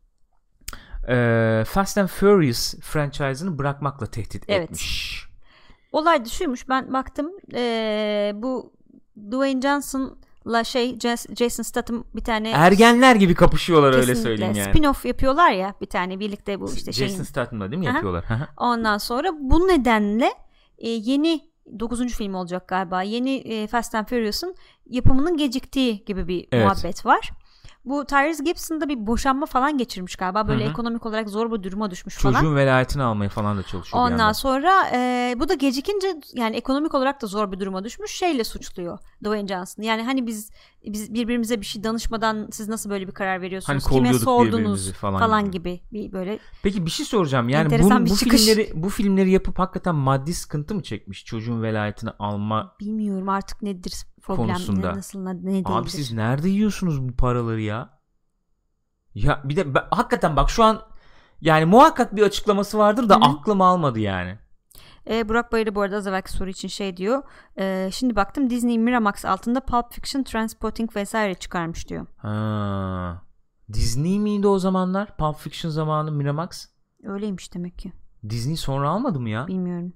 Fast and Furious franchise'ını bırakmakla tehdit etmiş. Olay da şuymuş, ben baktım bu Dwayne Johnson'la Jason Statham bir tane ergenler gibi kapışıyorlar, öyle söyleyeyim yani. Spin-off yapıyorlar ya bir tane birlikte, bu işte Jason Statham'la değil mi yapıyorlar? Ondan sonra bu nedenle yeni 9. film olacak galiba. Yeni Fast and Furious'un yapımının geciktiği gibi bir muhabbet var. Bu Tyrese Gibson'da bir boşanma falan geçirmiş galiba. Böyle ekonomik olarak zor bir duruma düşmüş falan. Çocuğun velayetini almaya falan da çalışıyor. Ondan sonra bu da gecikince yani ekonomik olarak da zor bir duruma düşmüş. Şeyle suçluyor Dwayne Johnson. Yani hani biz birbirimize bir şey danışmadan siz nasıl böyle bir karar veriyorsunuz? Hani kime sordunuz falan gibi bir böyle. Peki bir şey soracağım. Yani bu filmleri yapıp hakikaten maddi sıkıntı mı çekmiş çocuğun velayetini alma? Bilmiyorum artık nedir problem konusunda. Ne değildir. Abi siz nerede yiyorsunuz bu paraları ya? Ya bir de hakikaten bak şu an yani muhakkak bir açıklaması vardır da aklım almadı yani. Burak Bayırı bu arada az evvelki soru için diyor. Şimdi baktım Disney Miramax altında Pulp Fiction, Trainspotting vesaire çıkarmış diyor. Disney miydi o zamanlar? Pulp Fiction zamanı Miramax? Öyleymiş demek ki. Disney sonra almadı mı ya? Bilmiyorum.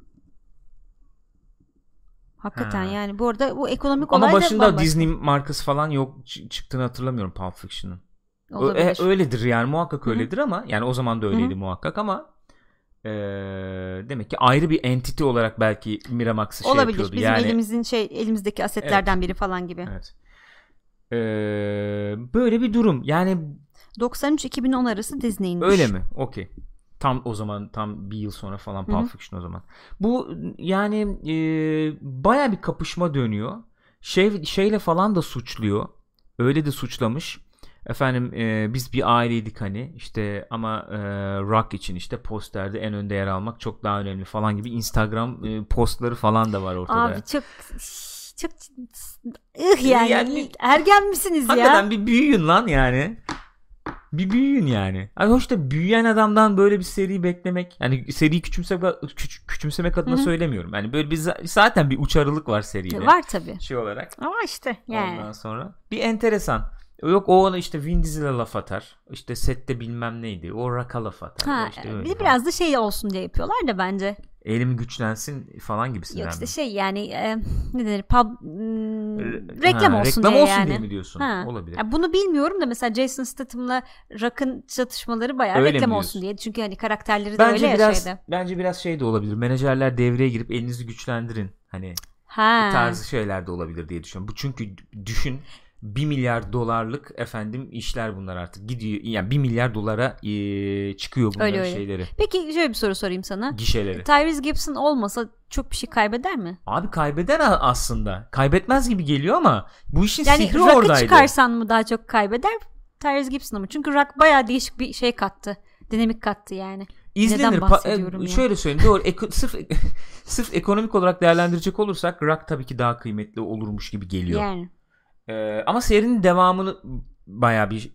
Hakikaten yani bu arada bu ekonomik olay da ama başında Disney markası falan yok çıktığını hatırlamıyorum Pulp Fiction'ın. Öyledir yani muhakkak öyledir ama yani o zaman da öyleydi muhakkak ama demek ki ayrı bir entity olarak belki Miramax'ı şey olabilir. yapıyordu. Bizim elimizdeki asetlerden biri falan gibi. Evet. Böyle bir durum. Yani 93-2010 arası Disney'inmiş. Öyle mi? Okey. Tam o zaman tam bir yıl sonra falan Pulp Fiction o zaman. Bu yani baya bir kapışma dönüyor. Şeyle falan da suçluyor. Öyle de suçlamış. Efendim biz bir aileydik hani işte ama rock için işte posterde en önde yer almak çok daha önemli falan gibi Instagram postları falan da var ortada. Abi çok yani ergen misiniz ya? Hakikaten bir büyüyün lan yani. Bir büyüyün yani. Hani hoş da büyüyen adamdan böyle bir seri beklemek. Yani seriyi küçümsemek adına söylemiyorum. Yani böyle bir zaten bir uçarılık var seride. Var tabii. Şey olarak. Ama işte yani. Ondan sonra bir enteresan. Yok o ona işte Vin Diesel'e laf atar. İşte sette bilmem neydi. O Rock'a laf atar. İşte biraz da şey olsun diye yapıyorlar da bence. Elim güçlensin falan gibisinden. Yok işte yani ne denir reklam olsun reklam diye olsun yani. Diye mi diyorsun? Olabilir. Yani bunu bilmiyorum da mesela Jason Statham'la Rock'ın çatışmaları bayağı öyle reklam olsun diye. Çünkü hani karakterleri de öyle ya şeyde. Bence biraz şey de olabilir. Menajerler devreye girip elinizi güçlendirin. Hani bu tarzı şeyler de olabilir diye düşünüyorum. Bu çünkü düşün 1 milyar dolarlık efendim işler bunlar artık gidiyor yani 1 milyar dolara çıkıyor bunların şeyleri. Peki şöyle bir soru sorayım sana. Gişeleri. Tyrese Gibson olmasa çok bir şey kaybeder mi? Abi kaybeder aslında. Kaybetmez gibi geliyor ama bu işin sihri Rock'ı oradaydı. Yani çıkarsan mı daha çok kaybeder Tyrese Gibson'a mı? Çünkü Rock bayağı değişik bir şey kattı. Dinamik kattı yani. İzlenir. Şöyle söyleyeyim. Doğru. Sırf ekonomik olarak değerlendirecek olursak Rock tabii ki daha kıymetli olurmuş gibi geliyor. Yani. Ama serinin devamını bayağı bir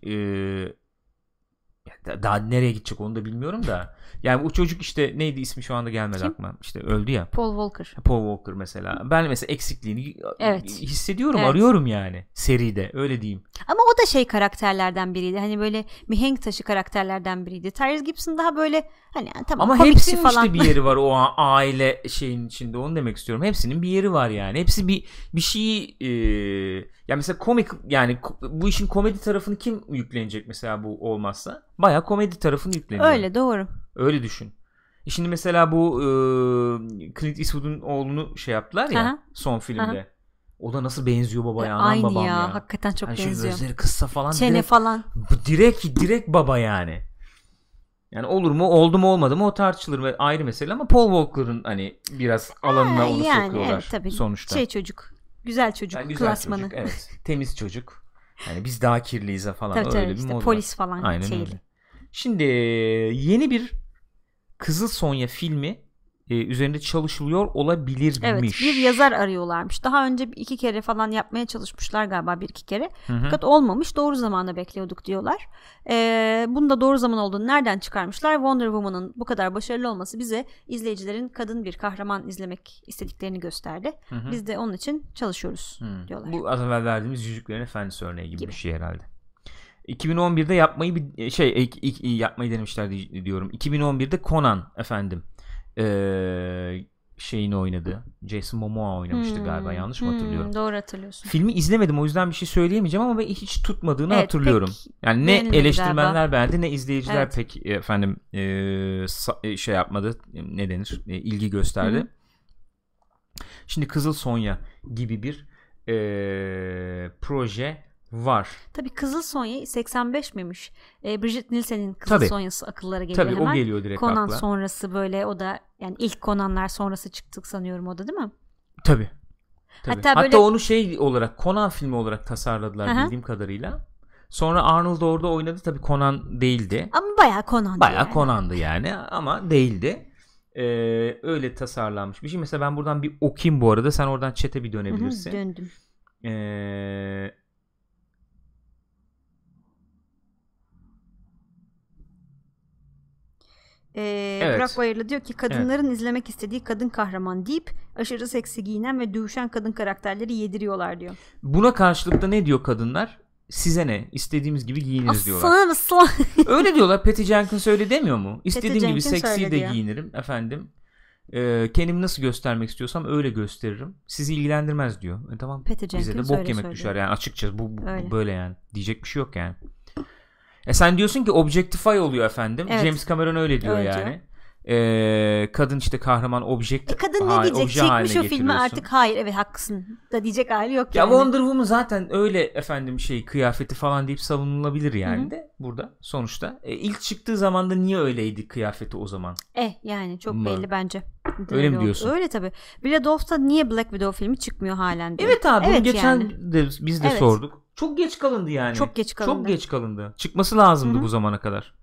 daha nereye gidecek onu da bilmiyorum da yani o çocuk işte neydi ismi şu anda gelmedi aklıma işte öldü ya Paul Walker mesela ben mesela eksikliğini hissediyorum arıyorum yani seride öyle diyeyim. Ama o da karakterlerden biriydi hani böyle mihenk taşı karakterlerden biriydi. Tyrese Gibson daha böyle hani tamam ama hepsinin falan. İşte bir yeri var o aile şeyin içinde onu demek istiyorum hepsinin bir yeri var yani hepsi bir şeyi ya mesela komik yani bu işin komedi tarafını kim yüklenecek mesela bu olmazsa bayağı komedi tarafını yükleniyor. Öyle doğru. Öyle düşün. Şimdi mesela bu Clint Eastwood'un oğlunu şey yaptılar ya son filmde. O da nasıl benziyor babaya anam babam ya. Aynı hakikaten çok benziyor. Şimdi gözleri kıssa falan. Çene falan. Direkt baba yani. Yani olur mu oldu mu olmadı mı o tartışılır ve ayrı mesele ama Paul Walker'ın hani biraz alanına onu sokuyorlar tabii. Sonuçta. Çocuk. Güzel çocuk. Yani güzel klasmanı. Çocuk, evet. Temiz çocuk. Yani biz daha kirliyiz falan tabii, öyle bir işte mod polis var. falan. Aynen öyle. Şimdi yeni bir Kızıl Sonya filmi üzerinde çalışılıyor olabilirmiş. Evet, bir yazar arıyorlarmış. Daha önce 2 kere falan yapmaya çalışmışlar galiba 1-2 kere. Fakat olmamış. Doğru zamanda bekliyorduk diyorlar. Bunun da doğru zaman olduğunu nereden çıkarmışlar? Wonder Woman'ın bu kadar başarılı olması bize izleyicilerin kadın bir kahraman izlemek istediklerini gösterdi. Biz de onun için çalışıyoruz diyorlar. Bu az evvel verdiğimiz Yüzüklerin Efendisi örneği gibi bir şey herhalde. 2011'de yapmayı denemişler diyorum. 2011'de Conan efendim şeyini oynadı. Jason Momoa oynamıştı galiba. Yanlış mı hatırlıyorum? Doğru hatırlıyorsun. Filmi izlemedim o yüzden bir şey söyleyemeyeceğim ama ben hiç tutmadığını hatırlıyorum. Yani ne eleştirmenler beğendi ne izleyiciler pek efendim şey yapmadı. Ne denir? İlgi gösterdi. Şimdi Kızıl Sonya gibi bir proje var. Tabii Kızıl Sonya 85 miymiş? Bridget Nielsen'in Kızıl Sonya'sı akıllara geliyor hemen. Tabii o geliyor direkt Conan akla. sonrası böyle o da yani ilk Conan'lar sonrası çıktık sanıyorum o da değil mi? Tabii. Hatta onu şey olarak Conan filmi olarak tasarladılar bildiğim kadarıyla. Sonra Arnold orada oynadı tabii Conan değildi. Ama bayağı Conan'dı. Bayağı Conan'dı yani ama değildi. Öyle tasarlanmış bir şey. Mesela ben buradan bir okuyayım bu arada. Sen oradan chat'e bir dönebilirsin. Döndüm. Burak Bayırlı diyor ki kadınların izlemek istediği kadın kahraman deyip aşırı seksi giyinen ve dövüşen kadın karakterleri yediriyorlar diyor. Buna karşılık da ne diyor kadınlar? size ne? İstediğimiz gibi giyiniriz aslan diyorlar. Aslan. Öyle diyorlar. Patty Jenkins öyle demiyor mu? İstediğim gibi Jenkins seksi de diyor. giyinirim efendim. Kendimi nasıl göstermek istiyorsam öyle gösteririm. Sizi ilgilendirmez diyor. Tamam. Bize de bok yemek düşer yani açıkçası bu böyle yani. Diyecek bir şey yok yani. Sen diyorsun ki objectify oluyor efendim. Evet. James Cameron öyle diyor öyle yani. Diyor. Kadın işte kahraman objektif. Kadın ne diyecek? Çekmiş o filmi artık. Hayır evet haklısın da diyecek hali yok yani. Ya Wonder Woman zaten öyle efendim kıyafeti falan deyip savunulabilir yani. Hı-hı. De burada sonuçta. İlk çıktığı zaman da niye öyleydi kıyafeti o zaman? Yani çok belli bence. Öyle mi diyorsun? Öyle tabii. Black Widow'da niye Black Widow filmi çıkmıyor halen diyor. Evet abi bunu geçen de biz de sorduk. Çok geç kalındı yani. Çok geç kalındı. Çıkması lazımdı bu zamana kadar.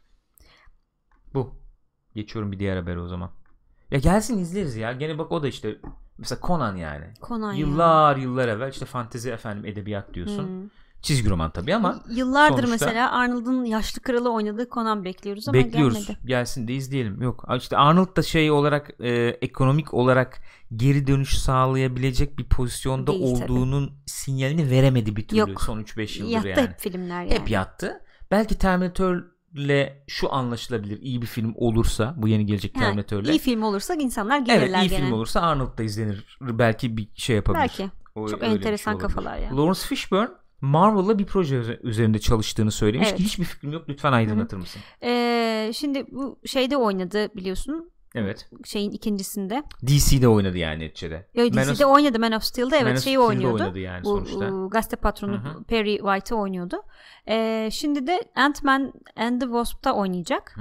Bu. Geçiyorum bir diğer habere o zaman. Ya gelsin izleriz ya. Gene bak o da işte mesela Conan yani. Yıllar evvel işte fantezi edebiyat diyorsun. Çizgi roman tabii ama yıllardır sonuçta, mesela Arnold'un yaşlı kralı oynadığı Conan bekliyoruz ama gelmedi. Gelsin de izleyelim. Yok işte Arnold da olarak ekonomik olarak geri dönüş sağlayabilecek bir pozisyonda değil, olduğunun tabii. Sinyalini veremedi bir türlü. Yok. Son 3-5 yıldır yattı yani. Hep filmler yani. Hep yattı. Belki Terminator'le şu anlaşılabilir. İyi bir film olursa bu yeni gelecek Terminator'le. İyi film olursa insanlar gelirler gene. Evet iyi film olursa Arnold da izlenir. Belki bir şey yapabilir. Belki. Çok enteresan kafalar ya. Lawrence Fishburne Marvel'la bir proje üzerinde çalıştığını söylemiş ki hiçbir fikrim yok. Lütfen aydınlatır mısın? Şimdi bu şeyde oynadı biliyorsun. Evet. Şeyin ikincisinde. DC'de oynadı yani neticede. DC'de oynadı Man of Steel'de. Evet oynuyordu. Oynadı yani sonuçta. Bu gazete patronu Perry White'ı oynuyordu. Şimdi de Ant-Man and the Wasp'ta oynayacak.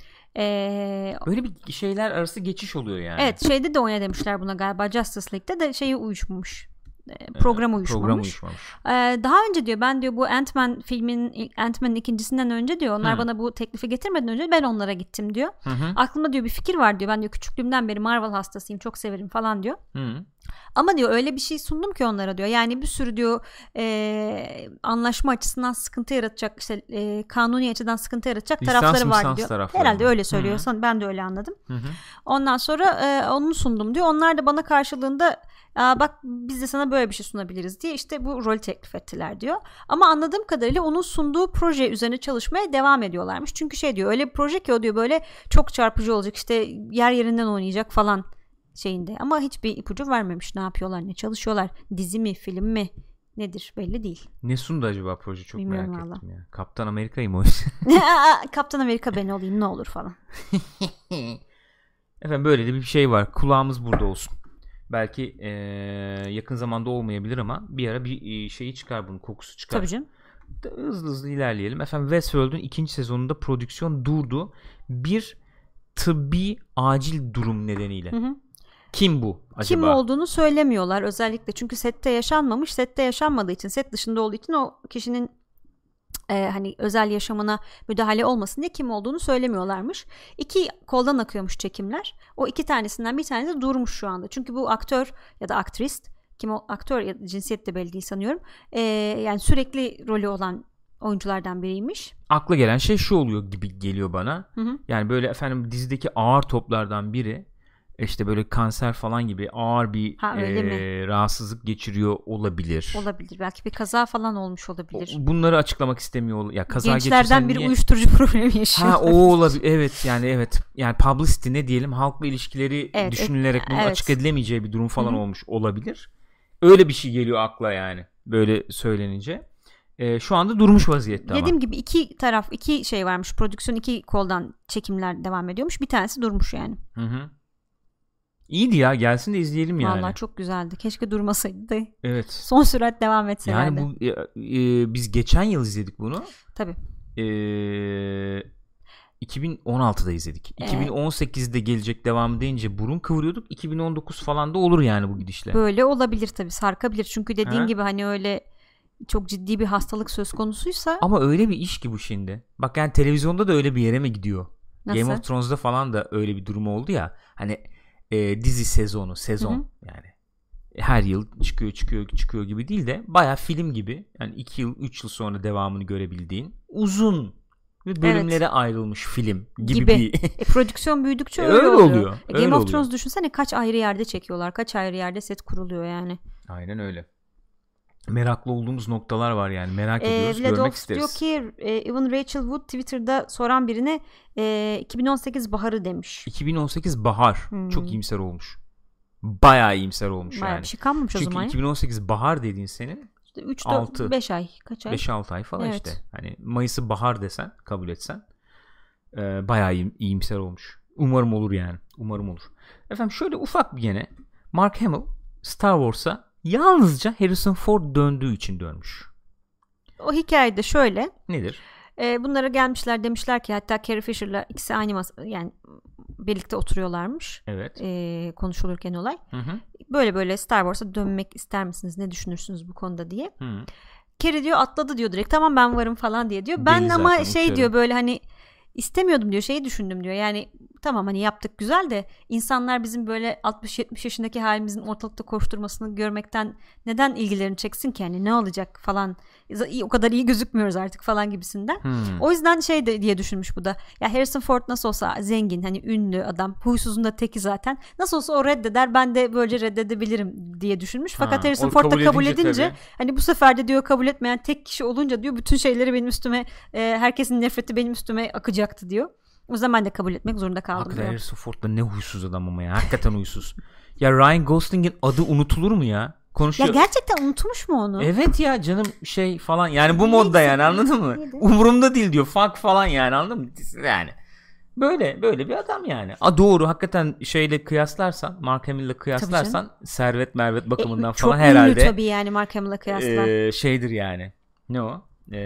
Böyle bir şeyler arası geçiş oluyor yani. Evet şeyde de oyna demişler buna galiba Justice League'de de uyuşmuş. Program uyuşmamış. Daha önce diyor ben diyor bu Ant-Man'in ikincisinden önce diyor onlar bana bu teklifi getirmeden önce ben onlara gittim diyor. Aklımda diyor bir fikir var diyor. Ben diyor küçüklüğümden beri Marvel hastasıyım. Çok severim falan diyor. Ama diyor öyle bir şey sundum ki onlara diyor. Yani bir sürü diyor anlaşma açısından sıkıntı yaratacak işte kanuni açıdan sıkıntı yaratacak tarafları var diyor. Herhalde öyle söylüyorsan ben de öyle anladım. Ondan sonra onu sundum diyor. Onlar da bana karşılığında bak biz de sana böyle bir şey sunabiliriz diye işte bu rol teklif ettiler diyor. Ama anladığım kadarıyla onun sunduğu proje üzerine çalışmaya devam ediyorlarmış. Çünkü diyor öyle bir proje ki o diyor böyle çok çarpıcı olacak işte yer yerinden oynayacak falan şeyinde. Ama hiçbir ipucu vermemiş ne yapıyorlar ne çalışıyorlar. Dizi mi film mi nedir belli değil. Ne sundu acaba proje çok bilmiyorum merak ettim ya. Kaptan Amerika'yı mı Kaptan Amerika ben olayım ne olur falan. Efendim böyle de bir şey var. Kulağımız burada olsun. Belki yakın zamanda olmayabilir ama bir ara bir şeyi çıkar bunun kokusu çıkar. Tabii canım. Hızlı ilerleyelim. Efendim Westworld'un 2. sezonunda prodüksiyon durdu. Bir tıbbi acil durum nedeniyle. Kim bu acaba? Kim olduğunu söylemiyorlar özellikle çünkü sette yaşanmamış. Sette yaşanmadığı için set dışında olduğu için o kişinin hani özel yaşamına müdahale olmasın diye kim olduğunu söylemiyorlarmış. 2 koldan akıyormuş çekimler. O 2 tanesinden bir tanesi durmuş şu anda. Çünkü bu aktör ya da aktris kim o aktör ya da cinsiyet de belli değil sanıyorum. Yani sürekli rolü olan oyunculardan biriymiş. Akla gelen şey şu oluyor gibi geliyor bana. Yani böyle efendim dizideki ağır toplardan biri işte böyle kanser falan gibi ağır bir rahatsızlık geçiriyor olabilir. Olabilir. Belki bir kaza falan olmuş olabilir. Bunları açıklamak istemiyor. Ya kaza gençlerden biri uyuşturucu problemi yaşıyor. O olabilir. Evet. Yani publicity ne diyelim halkla ilişkileri düşünülerek bunun açık edilemeyeceği bir durum falan olmuş olabilir. Öyle bir şey geliyor akla yani. Böyle söylenince. Şu anda durmuş vaziyette ama. Dediğim gibi 2 şey varmış. Prodüksiyon 2 koldan çekimler devam ediyormuş. Bir tanesi durmuş yani. İyiydi ya gelsin de izleyelim yani. Vallahi çok güzeldi. Keşke durmasaydı. Evet. Son sürat devam etselerdi. Yani bu biz geçen yıl izledik bunu. Tabii. 2016'da izledik. 2018'de gelecek devamı deyince burun kıvırıyorduk. 2019 falan da olur yani bu gidişle. Böyle olabilir tabii. Sarkabilir. Çünkü dediğin gibi hani öyle çok ciddi bir hastalık söz konusuysa. Ama öyle bir iş ki bu şimdi. Bak yani televizyonda da öyle bir yere mi gidiyor? Nasıl? Game of Thrones'da falan da öyle bir durum oldu ya. Hani dizi sezon yani her yıl çıkıyor gibi değil de bayağı film gibi yani 2 yıl 3 yıl sonra devamını görebildiğin uzun ve bölümlere ayrılmış film gibi. Bir prodüksiyon büyüdükçe öyle oluyor. Game of Thrones düşünsene kaç ayrı yerde çekiyorlar, kaç ayrı yerde set kuruluyor yani. Aynen öyle. meraklı olduğumuz noktalar var yani. Merak ediyoruz, görmek isteriz. Diyor ki even Rachel Wood Twitter'da soran birine 2018 baharı demiş. 2018 bahar. Çok iyimser olmuş. Bayağı iyimser olmuş bayağı yani. Bir şey kalmamış çünkü o zaman. 2018 bahar dediğin senin 3-5 ay. Kaç ay? 5-6 ay falan işte. Hani Mayıs'ı bahar desen, kabul etsen bayağı iyimser olmuş. Umarım olur yani. Umarım olur. Efendim şöyle ufak bir gene Mark Hamill Star Wars'a yalnızca Harrison Ford döndüğü için dönmüş. O hikayede şöyle. Nedir? Bunlara gelmişler, demişler ki, hatta Carrie Fisher'la ikisi aynı yani birlikte oturuyorlarmış. Evet. Konuşulurken olay. Hı. Böyle Star Wars'a dönmek ister misiniz? Ne düşünürsünüz bu konuda diye. Hı. Carrie diyor atladı diyor direkt. Tamam ben varım falan diye diyor. Ben Deli ama zaten, diyor böyle hani istemiyordum diyor. Şeyi düşündüm diyor. Yani tamam hani yaptık güzel de insanlar bizim böyle 60-70 yaşındaki halimizin ortalıkta koşturmasını görmekten neden ilgilerini çeksin ki? Yani ne olacak falan. O kadar iyi gözükmüyoruz artık falan gibisinden. O yüzden diye düşünmüş bu da. Ya Harrison Ford nasıl olsa zengin, hani ünlü adam, huysuzun da teki zaten. Nasıl olsa o reddeder, ben de böylece reddedebilirim diye düşünmüş. Fakat Harrison Ford da kabul edince hani bu sefer de diyor kabul etmeyen tek kişi olunca diyor bütün şeyleri benim üstüme, herkesin nefreti benim üstüme akacaktı diyor. O zaman ben de kabul etmek zorunda kaldım. Hakikaten Harrison Ford da ne huysuz adam ama ya. Hakikaten huysuz. Ya Ryan Gosling'in adı unutulur mu ya? Konuşuyor. Ya gerçekten unutmuş mu onu? Evet ya canım falan yani bu modda yani anladın mı? Umurumda değil diyor. Fuck falan yani anladın mı? Yani böyle bir adam yani. Doğru hakikaten şeyle kıyaslarsan, Mark Hamill'le kıyaslarsan servet mervet bakımından falan herhalde. Çok ünlü tabii yani Mark Hamill'le kıyasla. Şeydir yani. Ne o?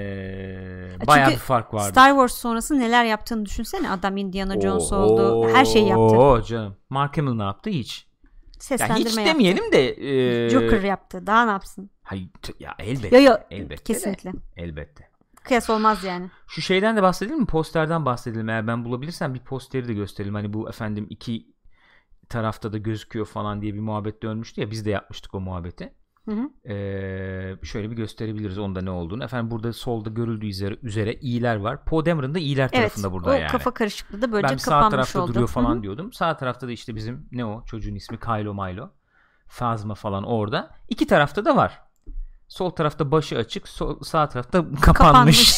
Bayağı bir fark vardı. Star Wars sonrası neler yaptığını düşünsene. Adam Indiana Jones oldu. Her şeyi yaptı. Canım. Mark Hamill ne yaptı? Hiç. Seslendirme hiç yaptı. demeyelim de Joker yaptı. Daha ne yapsın? Hayır ya elbette. Yo, elbette kesinlikle. Elbette. Kıyas olmaz yani. Şu şeyden de bahsedelim mi? Posterden bahsedelim. Eğer ben bulabilirsem bir posteri de gösterelim. Hani bu efendim iki tarafta da gözüküyor falan diye bir muhabbet dönmüştü ya. Biz de yapmıştık o muhabbeti. Şöyle bir gösterebiliriz onda ne olduğunu. Efendim burada solda görüldüğü üzere iyiler var. Poe Dameron da iyiler tarafında burada yani. Evet, o kafa karışıklığı da böylece ben kapanmış oldu. Ben sağ tarafta duruyor falan diyordum. Sağ tarafta da işte bizim ne o çocuğun ismi Kylo Milo. Phasma falan orada. İki tarafta da var. Sol tarafta başı açık, sağ tarafta kapanmış.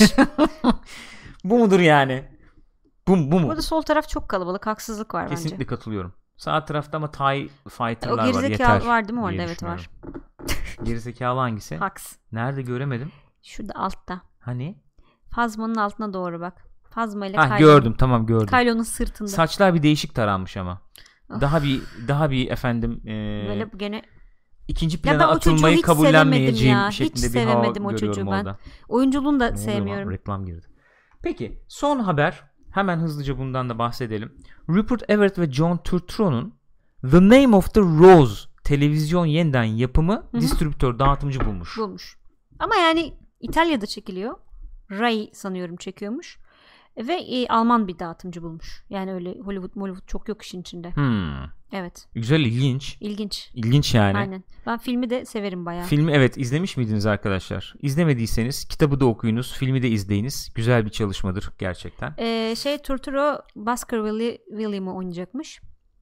Bu mudur yani? Bu mu? Burada sol taraf çok kalabalık. Haksızlık var Kesinlikle bence. Katılıyorum. Sağ tarafta ama TIE Fighter'lar var. O gerizekalı var değil mi orada? Evet var. Gerizekalı hangisi? Haks. Nerede göremedim? Şurada altta. Hani? Phasma'nın altına doğru bak. Phasma ile Kylo. Gördüm, tamam gördüm. Kylo'nun sırtında. Saçlar bir değişik taranmış ama. Of. Daha bir efendim böyle gene ikinci plana atılmayı kabullenmeyeceğim ya. şeklinde hiç bir hava o görüyorum ben. orada. Oyunculuğunu da sevmiyorum. Reklam girdi. Peki son haber, hemen hızlıca bundan da bahsedelim. Rupert Everett ve John Turturro'nun The Name of the Rose televizyon yeniden yapımı distribütör, dağıtımcı bulmuş. Ama yani İtalya'da çekiliyor. Rai sanıyorum çekiyormuş. Ve Alman bir dağıtımcı bulmuş. Yani öyle Hollywood çok yok işin içinde. Evet. Güzel, ilginç. İlginç yani. Aynen. Ben filmi de severim bayağı. Filmi evet izlemiş miydiniz arkadaşlar? İzlemediyseniz kitabı da okuyunuz, filmi de izleyiniz. Güzel bir çalışmadır gerçekten. Turturro Baskerville William'ı oynayacakmış.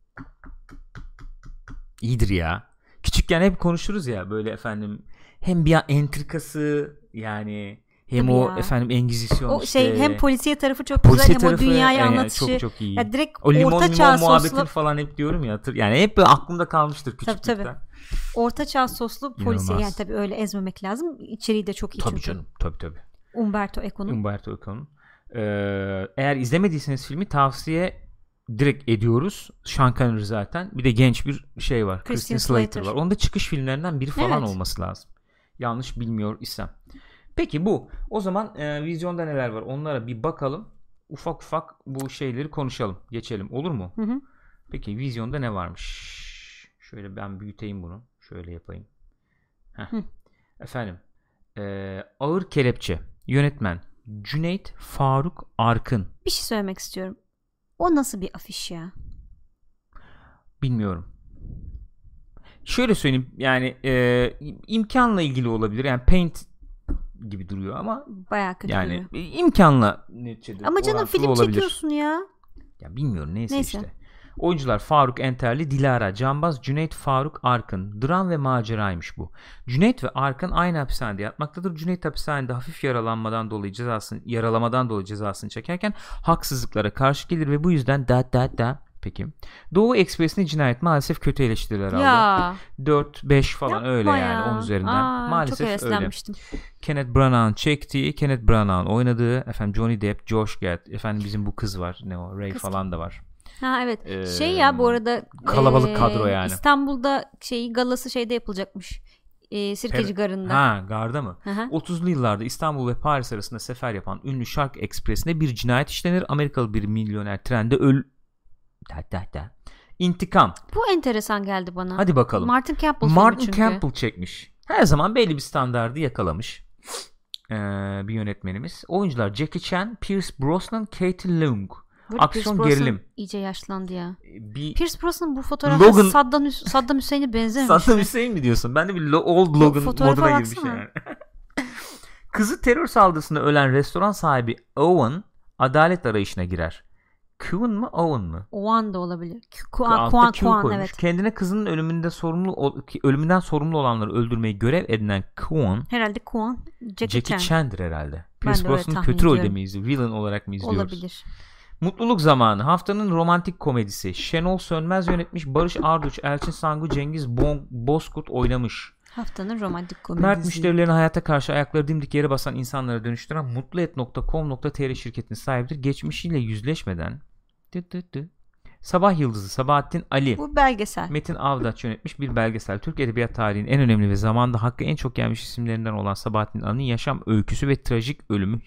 İyidir ya. Küçükken hep konuşuruz ya böyle efendim. Hem bir entrikası yani hem tabii o ya. Efendim Engizisyon o işte. Hem polisiye tarafı çok güzel hem o dünyayı anlatışı. Çok iyi. Ya direkt o orta çağ muhabbetin falan hep diyorum ya. Yani hep aklımda kalmıştır küçüklükten. Tabii. Orta çağ soslu polisiye yani tabii öyle ezmemek lazım. İçeriği de çok iyi tabii çünkü. Canım. Tabii. Umberto Eco'nun. Eğer izlemediyseniz filmi tavsiye direkt ediyoruz. Sean Connery zaten. Bir de genç bir şey var. Christian Slater var. Onun da çıkış filmlerinden biri falan olması lazım. Yanlış bilmiyor isem. Peki bu. O zaman vizyonda neler var? Onlara bir bakalım. Ufak bu şeyleri konuşalım. Geçelim. Olur mu? Hı. Peki vizyonda ne varmış? Şöyle ben büyüteyim bunu. Şöyle yapayım. Efendim. Ağır Kelepçe. Yönetmen Cüneyt Faruk Arkın. Bir şey söylemek istiyorum. O nasıl bir afiş ya? Bilmiyorum. Şöyle söyleyeyim. Yani imkanla ilgili olabilir. Yani Paint gibi duruyor ama bayağı kötü yani duruyor. imkanla neticede ama canım film olabilir. çekiyorsun ya. Ya bilmiyorum neyse işte. Oyuncular Faruk Enterli, Dilara Canbaz, Cüneyt Faruk Arkın. Dram ve maceraymış bu. Cüneyt ve Arkın aynı hapishanede yatmaktadır. Cüneyt hapishanede hafif yaralamadan dolayı cezasını çekerken haksızlıklara karşı gelir ve bu yüzden Peki. Doğu Ekspresi'nin cinayet maalesef kötü eleştiriler aldı. 4-5 falan. Yapma öyle ya. Yani 10 üzerinden. Maalesef öyle. Kenneth Branagh'ın çektiği, Kenneth Branagh'ın oynadığı, Johnny Depp, Josh Gad, bizim bu kız var. Ne o? Ray kız falan da var. Ha evet. Bu arada kalabalık kadro yani. İstanbul'da galası şeyde yapılacakmış. Sirkeci Garı'nda. Ha, garda mı? Hı-hı. 30'lu yıllarda İstanbul ve Paris arasında sefer yapan ünlü Şark Ekspresi'nde bir cinayet işlenir. Amerikalı bir milyoner trende İntikam. Bu enteresan geldi bana. Hadi bakalım. Martin Campbell çekmiş. Her zaman belli bir standardı yakalamış. Bir yönetmenimiz. Oyuncular Jackie Chan, Pierce Brosnan, Katie Leung. Aksiyon gerilim. İyice yaşlandı ya. Pierce Brosnan bu fotoğrafta Saddam Hüseyin'e benzememiş. Saddam Hüseyin mi diyorsun? Ben de bir old Logan moduna girmiş yani. Kızı terör saldırısında ölen restoran sahibi Owen adalet arayışına girer. Kuan mı Owen mı? Owen da olabilir. Kuan evet. Kendine kızının ölümünden sorumlu olanları öldürmeyi görev edinen Kuan. Herhalde Kuan. Jackie Chan'dır herhalde. Pierce Brosnan'ı kötü rolde miyiz? Villain olarak mı izliyoruz? Olabilir. Mutluluk Zamanı. Haftanın romantik komedisi. Şenol Sönmez yönetmiş. Barış Arduç, Elçin Sangu, Cengiz Bozkurt oynamış. Haftanın romantik komedisi. Mert müşterilerine hayata karşı ayakları dimdik yere basan insanlara dönüştüren mutluet.com.tr şirketinin sahibidir. Geçmişiyle yüzleşmeden Sabah Yıldızı Sabahattin Ali. Bu belgesel. Metin Avdaç yönetmiş bir belgesel. Türk Edebiyat tarihinin en önemli ve zamanda hakkı en çok gelmiş isimlerinden olan Sabahattin Ali'nin yaşam öyküsü ve trajik ölümü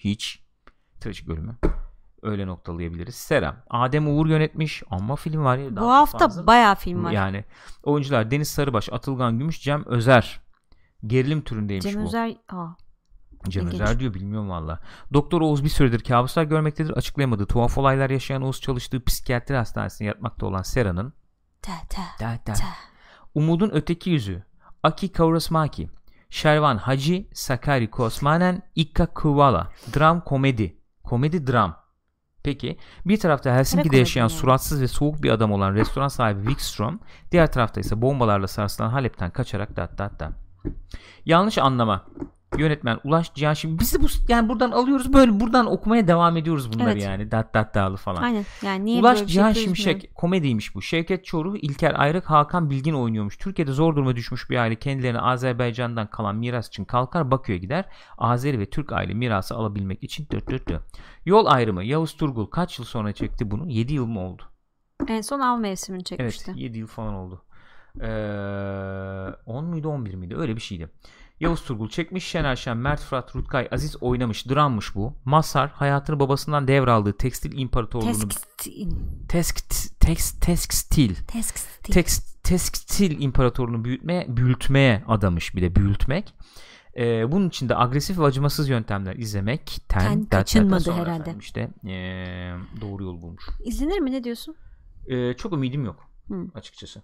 öyle noktalayabiliriz. Seram. Adem Uğur yönetmiş. Ama film var ya. Bu hafta bayağı film var. Yani oyuncular Deniz Sarıbaş, Atılgan Gümüş, Cem Özer. Gerilim türündeymiş bu. Cem Özer diyor, bilmiyorum valla. Doktor Oğuz bir süredir kabuslar görmektedir. Açıklayamadığı tuhaf olaylar yaşayan Oğuz çalıştığı psikiyatri hastanesinde yatmakta olan Sera'nın Umudun Öteki Yüzü, Aki Kaurismäki, Şervan Hacı, Sakari Kosmanen, Ikka Kuvala. Dram komedi. Komedi dram. Peki bir tarafta Helsinki'de yaşayan suratsız ve soğuk bir adam olan restoran sahibi Wikström, diğer tarafta ise bombalarla sarsılan Halep'ten kaçarak Yanlış anlama. Yönetmen Ulaş Cihan. Şimdi biz de buradan alıyoruz, böyle buradan okumaya devam ediyoruz bunları, evet. Yani dağlı falan. Aynen. Yani niye Ulaş Cihan Şimşek komediymiş bu. Şevket Çoruh, İlker Ayrık, Hakan Bilgin oynuyormuş. Türkiye'de zor duruma düşmüş bir aile kendilerine Azerbaycan'dan kalan miras için kalkar Bakü'ye gider. Azeri ve Türk aile mirası alabilmek için Yol Ayrımı. Yavuz Turgul kaç yıl sonra çekti bunu? 7 yıl mı oldu? En son Av Mevsimi'ni çekmişti. Evet, 7 yıl falan oldu. 10 muydu 11 miydi? Öyle bir şeydi. Yavuz Turgul çekmiş. Şener Şen, Mert Fırat, Rutkay Aziz oynamış. Drammış bu. Mazhar hayatını babasından devraldığı tekstil imparatorluğunu tekstil imparatorluğunu büyütmeye adamış, bir de büyütmek. Bunun için de agresif ve acımasız yöntemler izlemekten kaçınmadı herhalde. İşte doğru yol bulmuş. İzlenir mi, ne diyorsun? Çok ümidim yok açıkçası.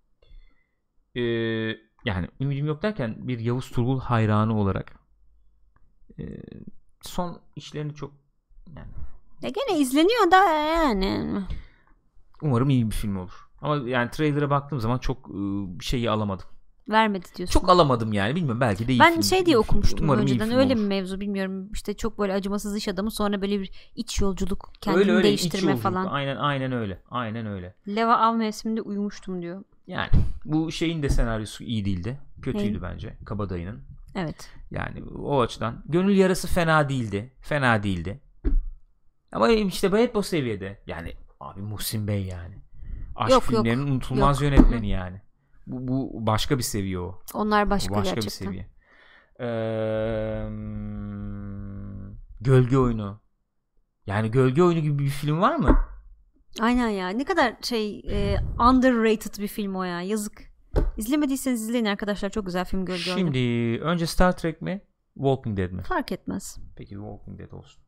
Yani ümidim yok derken bir Yavuz Turgul hayranı olarak son işlerini çok yani. Ya gene izleniyor da yani. Umarım iyi bir film olur. Ama yani trailer'a baktığım zaman çok bir şeyi alamadım. Vermedi diyorsun. Çok alamadım yani, bilmiyorum, belki de iyi ben film. Ben diye okumuştum önceden, öyle olur. Bir mevzu bilmiyorum. İşte çok böyle acımasız iş adamı, sonra böyle bir iç yolculuk, kendini öyle, değiştirme falan. Aynen öyle. Leva Av Mevsimi'nde uyumuştum diyor. Yani bu şeyin de senaryosu iyi değildi. Kötüydü bence Kabadayı'nın. Evet. Yani o açıdan Gönül Yarası fena değildi. Ama işte hep o seviyede. Yani abi Muhsin Bey yani. Aşk filmlerinin unutulmaz yönetmeni yani. Bu başka bir seviye o. Onlar başka bir seviye. Gölge Oyunu. Yani Gölge Oyunu gibi bir film var mı? Aynen ya. Ne kadar underrated bir film o ya. Yazık. İzlemediyseniz izleyin arkadaşlar. Çok güzel film Gölge Oyunu. Şimdi önce Star Trek mi? Walking Dead mi? Fark etmez. Peki Walking Dead olsun.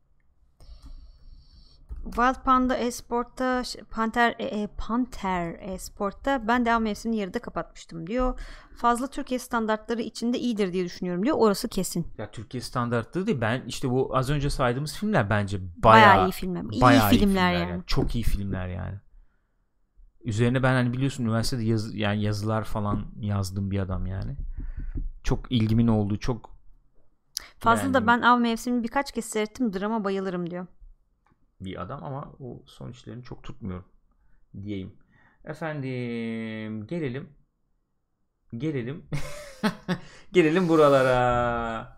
Wild Panda Esport'ta Panther Esport'ta ben devam mevsimini yarıda kapatmıştım diyor. Fazla Türkiye standartları içinde iyidir diye düşünüyorum diyor. Orası kesin. Ya Türkiye standartları değil. Ben işte bu az önce saydığımız filmler bence bayağı iyi filmler. İyi filmler yani. Çok iyi filmler yani. Üzerine ben hani biliyorsun üniversitede yani yazılar falan yazdım bir adam yani. Çok ilgimin olduğu, çok Fazla da ben Av Mevsimi'ni birkaç kez seyrettim. Drama bayılırım diyor. Bir adam ama o son işlerini çok tutmuyorum diyeyim. Efendim gelelim gelelim buralara.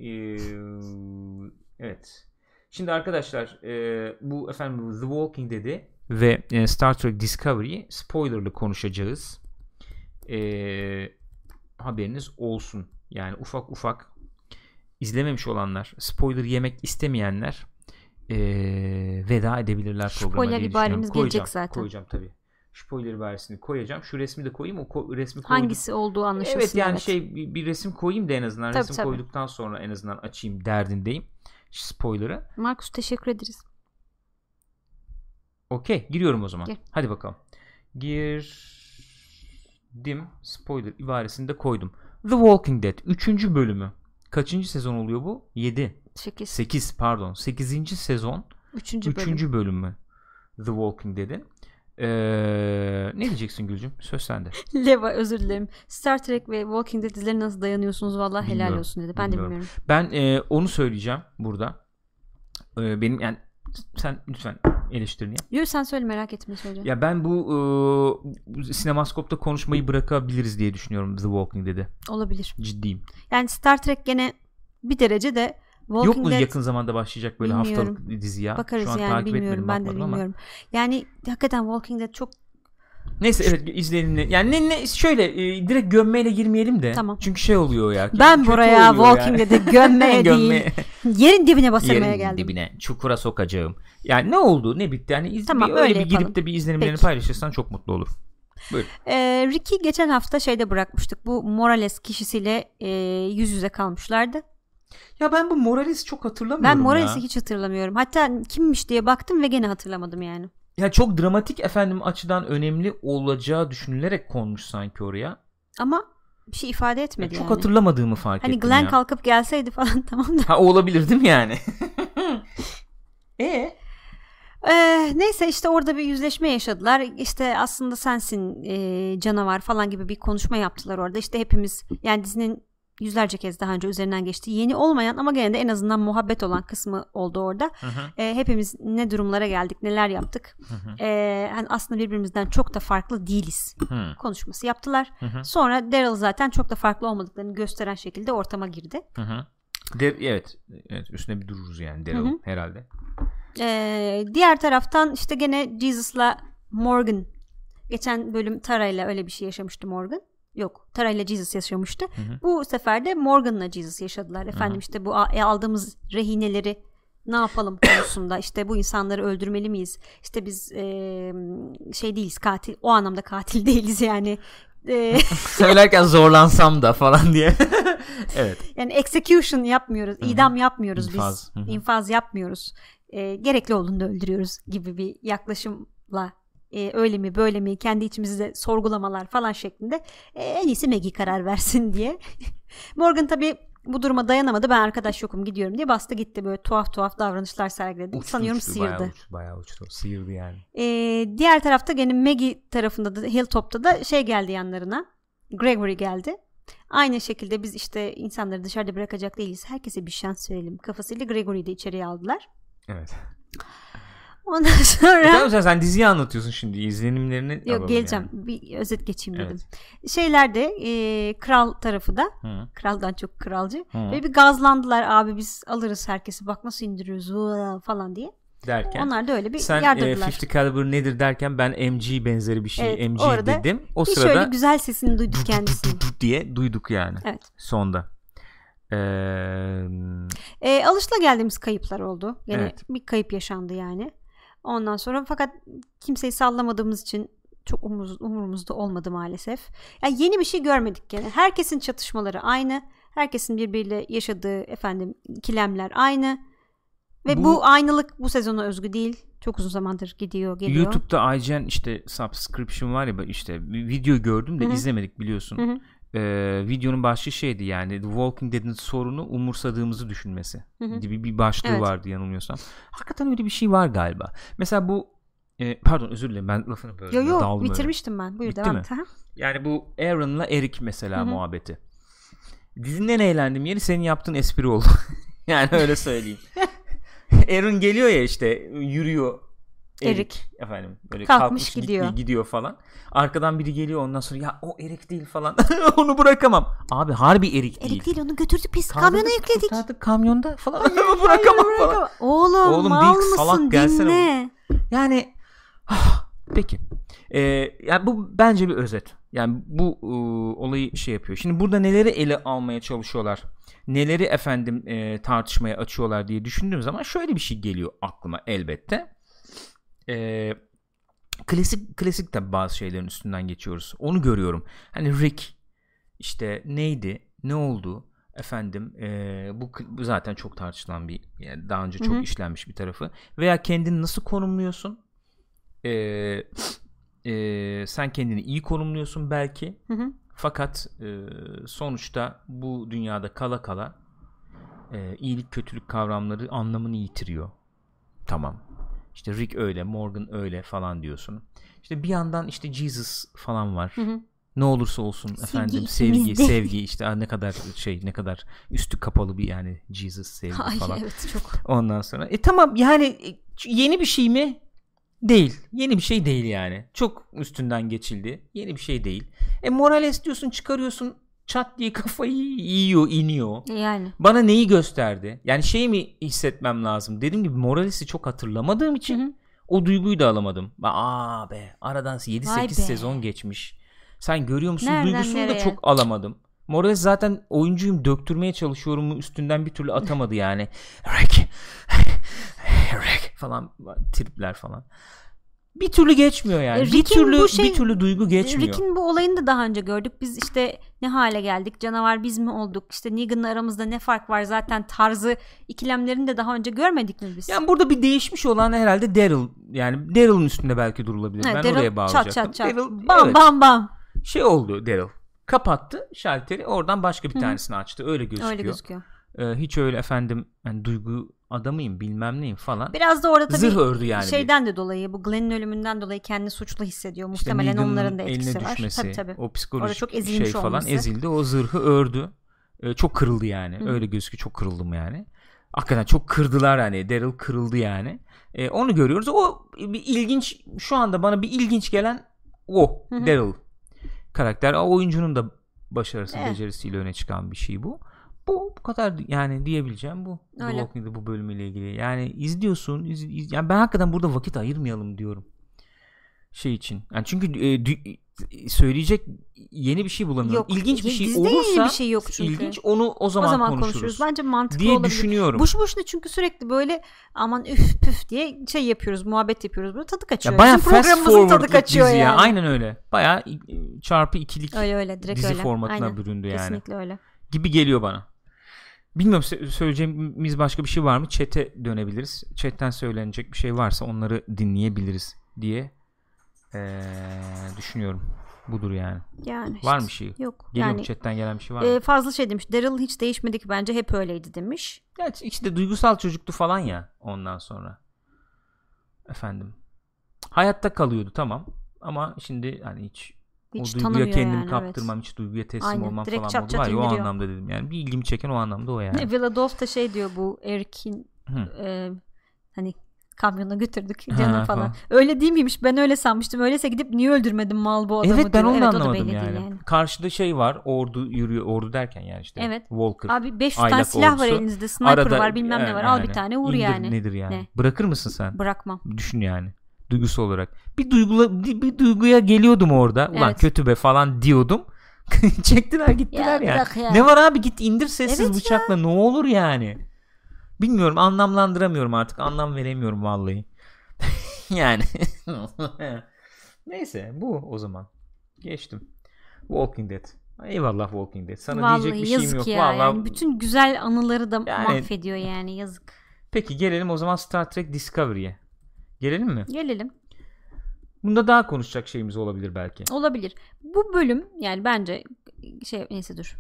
Evet. Şimdi arkadaşlar bu efendim The Walking Dead'i ve Star Trek Discovery'yi spoilerlı konuşacağız. Haberiniz olsun. Yani ufak ufak izlememiş olanlar, spoiler yemek istemeyenler veda edebilirler programa diye düşünüyorum. Spoiler ibaremiz gelecek zaten. Koyacağım tabii. Spoiler ibaresini koyacağım. Şu resmi de koyayım. O resmi hangisi olduğu anlaşılsın. Evet yani bir resim koyayım da en azından tabii. Koyduktan sonra en azından açayım derdindeyim. Spoiler'ı. Markus teşekkür ederiz. Okey. Giriyorum o zaman. Gir. Hadi bakalım. Girdim. Spoiler ibaresini de koydum. The Walking Dead 3. bölümü. Kaçıncı sezon oluyor bu? 7. 8 pardon. 8. sezon 3. bölümü The Walking Dead'in. Ne diyeceksin Gülcüm? Söz sende. Leva özür dilerim. Star Trek ve Walking Dead dizilerine nasıl dayanıyorsunuz? Vallahi helal olsun dedi. Ben de bilmiyorum. Ben onu söyleyeceğim burada. Benim yani sen lütfen eleştirini yap. Yok sen söyle merak etme söyleyeceğim. Ya ben bu Sinemaskop'ta konuşmayı bırakabiliriz diye düşünüyorum The Walking Dead'i. Olabilir. Ciddiyim. Yani Star Trek gene bir derece de Walking Yok mu Dead, yakın zamanda başlayacak böyle haftalık dizi ya? Bakarız şu an yani takip bilmiyorum ben de bilmiyorum. Ama. Yani hakikaten Walking Dead çok neyse evet izleyelim. Yani şöyle direkt gömmeyle girmeyelim de. Tamam. Çünkü şey oluyor ya. Ben buraya Walking Dead'i gömmeye değil. Yerin dibine basırmaya geldim. Yerin dibine çukura sokacağım. Yani ne oldu ne bitti yani tamam, öyle bir yapalım. girip de bir izlenimlerini paylaşırsan çok mutlu olurum. Buyurun. Ricky geçen hafta şeyde bırakmıştık. Bu Morales kişisiyle yüz yüze kalmışlardı. Ya ben bu Morales'i çok hatırlamıyorum. Ben Morales'i hiç hatırlamıyorum. Hatta kimmiş diye baktım ve gene hatırlamadım yani. Ya çok dramatik açıdan önemli olacağı düşünülerek konmuş sanki oraya. Ama bir şey ifade etmedi çok hatırlamadığımı fark ettim ya. Hani Glenn kalkıp gelseydi falan tamam da. Ha olabilir değil mi yani? Neyse işte orada bir yüzleşme yaşadılar. İşte aslında sensin canavar falan gibi bir konuşma yaptılar orada. İşte hepimiz yani dizinin yüzlerce kez daha önce üzerinden geçti. Yeni olmayan ama gene de en azından muhabbet olan kısmı oldu orada. Hepimiz ne durumlara geldik, neler yaptık. Yani aslında birbirimizden çok da farklı değiliz. Konuşması yaptılar. Sonra Daryl zaten çok da farklı olmadıklarını gösteren şekilde ortama girdi. Evet üstüne bir dururuz yani Daryl herhalde. Diğer taraftan işte gene Jesus'la Morgan. Geçen bölüm Tara'yla öyle bir şey yaşamıştı Morgan. Yok, Tara ile Jesus yaşamıştı. Bu sefer de Morgan'la Jesus yaşadılar. Efendim işte bu aldığımız rehineleri ne yapalım konusunda işte bu insanları öldürmeli miyiz? İşte biz şey değiliz, katil, o anlamda katil değiliz yani. Söylerken zorlansam da falan diye. Evet. Yani execution yapmıyoruz, idam yapmıyoruz biz. İnfaz yapmıyoruz. Gerekli olduğunda öldürüyoruz gibi bir yaklaşımla öyle mi böyle mi kendi içimizde sorgulamalar falan şeklinde en iyisi Maggie karar versin diye. Morgan tabii bu duruma dayanamadı. Ben arkadaş yokum gidiyorum diye bastı gitti, böyle tuhaf davranışlar sergiledi. Sanıyorum sıyırdı. Bayağı uçtu. Sıyırdı yani. Diğer tarafta gene Maggie tarafında da Hilltop'ta da şey geldi yanlarına. Gregory geldi. Aynı şekilde biz işte insanları dışarıda bırakacak değiliz. Herkese bir şans verelim kafasıyla Gregory'yi de içeriye aldılar. Evet. Ondan sonra tamam sen diziyi anlatıyorsun şimdi, izlenimlerini yok geleceğim yani. Bir özet geçeyim dedim. Şeylerde kral tarafı da kraldan çok kralcı ve bir gazlandılar, abi biz alırız herkesi, bak nasıl indiriyoruz falan diye derken onlar da öyle bir sen, yardırdılar. 50 caliber nedir derken ben MG benzeri bir şey MG dedim. O bir sırada şöyle güzel sesini duyduk kendisini diye duyduk yani. Evet. Sonda. Alışılageldiğimiz kayıplar oldu. Yani bir kayıp yaşandı yani. Ondan sonra fakat kimseyi sallamadığımız için çok umurumuzda olmadı maalesef. Yani yeni bir şey görmedik gene. Herkesin çatışmaları aynı. Herkesin birbiriyle yaşadığı ikilemler aynı. Ve bu aynılık bu sezona özgü değil. Çok uzun zamandır geliyor. YouTube'da IGN işte subscription var ya, işte bir video gördüm de izlemedik biliyorsun. Videonun başlığı şeydi yani The Walking Dead'in sorunu umursadığımızı düşünmesi gibi bir başlığı vardı yanılmıyorsam. Hakikaten öyle bir şey var galiba. Mesela bu Pardon, özür dilerim, ben lafını böyle daldım. Bitirmiştim öyle. Ben. Buyur, devam et. Yani bu Aaron'la Eric mesela muhabbeti. Dizinin en eğlendiğim yeri senin yaptığın espri oldu. Yani öyle söyleyeyim. Aaron geliyor ya, işte yürüyor. Eric efendim böyle kalkmış gidiyor falan. Arkadan biri geliyor, ondan sonra ya o Eric değil falan. Onu bırakamam. Abi harbi Eric değil. Eric değil, onu götürdük biz kamyona yükledik. Kurtardık kamyonda falan. Bırakamam falan. Oğlum mal mısın, salak, dinle. Yani peki. Yani bu bence bir özet. Yani bu olayı şey yapıyor. Şimdi burada neleri ele almaya çalışıyorlar, neleri efendim tartışmaya açıyorlar diye düşündüğüm zaman şöyle bir şey geliyor aklıma elbette. Klasik tabi bazı şeylerin üstünden geçiyoruz. Onu görüyorum. Hani Rick işte neydi, ne oldu efendim, bu zaten çok tartışılan bir, yani daha önce çok işlenmiş bir tarafı. Veya kendini nasıl konumluyorsun? Sen kendini iyi konumluyorsun belki. Fakat sonuçta bu dünyada kala kala iyilik kötülük kavramları anlamını yitiriyor. Tamam. İşte Rick öyle, Morgan öyle falan diyorsun. İşte bir yandan işte Jesus falan var. Ne olursa olsun efendim, sevgi işte ne kadar üstü kapalı bir, yani Jesus sevgi falan. Evet, çok. Ondan sonra tamam yani yeni bir şey mi? Değil. Yeni bir şey değil yani. Çok üstünden geçildi. Yeni bir şey değil. Morales diyorsun, çıkarıyorsun, çat diye kafayı yiyor, iniyor. Yani. Bana neyi gösterdi? Yani şey mi hissetmem lazım? Dediğim gibi Morales'i çok hatırlamadığım için o duyguyu da alamadım. Aradan 7-8 sezon geçmiş. Sen görüyor musun? Nereden Duygusunu nereye? Da çok alamadım. Morales zaten oyuncuyum, döktürmeye çalışıyorum üstünden bir türlü atamadı yani. Rick falan tripler falan. Bir türlü geçmiyor yani. Bir türlü duygu geçmiyor. Rick'in bu olayını da daha önce gördük. Biz işte ne hale geldik? Canavar biz mi olduk? İşte Negan'la aramızda ne fark var? Zaten tarzı ikilemlerini de daha önce görmedik mi biz? Yani burada bir değişmiş olan herhalde Daryl. Yani Daryl'ın üstünde belki durulabilir. Evet, ben Daryl, oraya bağlayacaktım. Çat. Bam bam. Şey oldu Daryl. Kapattı şalteri. Oradan başka bir tanesini açtı. Öyle gözüküyor. Hiç öyle efendim yani duygu adamıyım bilmem neyim falan. Biraz da orada tabii zırh ördü yani. Şeyden de dolayı, bu Glenn'in ölümünden dolayı kendini suçlu hissediyor. Muhtemelen işte onların da etkisi var. Tabii. O psikolojik çok şey falan olması. Ezildi. O zırhı ördü. Çok kırıldı yani. Öyle gözüküyor. Çok kırıldım yani. Hakikaten çok kırdılar hani. Daryl kırıldı yani. Onu görüyoruz. O bir ilginç, şu anda bana bir ilginç gelen o. Daryl karakter. Oyuncunun da başarısı, becerisiyle öne çıkan bir şey bu. Bu kadar yani diyebileceğim bu. The Walking Dead bu bölümüyle ilgili. Yani izliyorsun. Yani ben hakikaten burada vakit ayırmayalım diyorum. Şey için. Yani çünkü söyleyecek yeni bir şey bulamıyorum. Yok, İlginç bir şey olursa, bir şey yok çünkü. İlginç, onu o zaman konuşuruz. Bence mantıklı diye olabilir. Düşünüyorum. Boşuna çünkü sürekli böyle aman üf püf diye şey yapıyoruz, muhabbet yapıyoruz. Böyle tadı kaçıyor. Bayağı fast forward kaçıyor dizi yani. Ya. Aynen öyle. Bayağı çarpı ikilik direkt dizi öyle. formatına Aynen. büründü yani. Kesinlikle öyle. Gibi geliyor bana. Bilmiyorum, söyleyeceğimiz başka bir şey var mı? Chat'e dönebiliriz. Chat'ten söylenecek bir şey varsa onları dinleyebiliriz diye düşünüyorum. Budur yani. Yani var mı bir şey? Yok. Geliyor mu chat'ten gelen bir şey var mı? Fazla şey demiş. Daryl hiç değişmedi ki, bence hep öyleydi demiş. Ya işte duygusal çocuktu falan ya ondan sonra. Efendim. Hayatta kalıyordu tamam. Ama şimdi hani hiç o duyguya kendimi yani, kaptırmam, hiç duyguya teslim olmam direkt falan modu var ya, o anlamda dedim yani. Bir ilgimi çeken o anlamda o yani. Villadolf da şey diyor, bu Eric'in hani kamyona götürdük canım falan. Öyle değil miymiş? Ben öyle sanmıştım. Öyleyse gidip niye öldürmedim mal bu adamı? Evet, ben onu anlamadım da yani. Karşıda şey var, ordu yürüyor. Ordu derken yani işte. Evet. Walker. Abi 500 tane silah var elinizde. Sniper var, bilmem ne var. Al bir tane vur yani. Nedir yani? Ne? Bırakır mısın sen? Bırakmam. Düşün yani. Duygusal olarak. Bir duyguya geliyordum orada. Ulan kötü be falan diyordum. Çektiler gittiler ya. Ne var abi, git indir sessiz bıçakla. Ne olur yani. Bilmiyorum, anlamlandıramıyorum artık. Anlam veremiyorum vallahi. Yani. Neyse bu o zaman. Geçtim. Walking Dead. Eyvallah Walking Dead. Sana vallahi diyecek bir şeyim yok. Ya, vallahi yani bütün güzel anıları da mahvediyor yani, yazık. Peki gelelim o zaman Star Trek Discovery'ye. Gelelim mi? Gelelim. Bunda daha konuşacak şeyimiz olabilir belki. Olabilir. Bu bölüm yani bence neyse dur.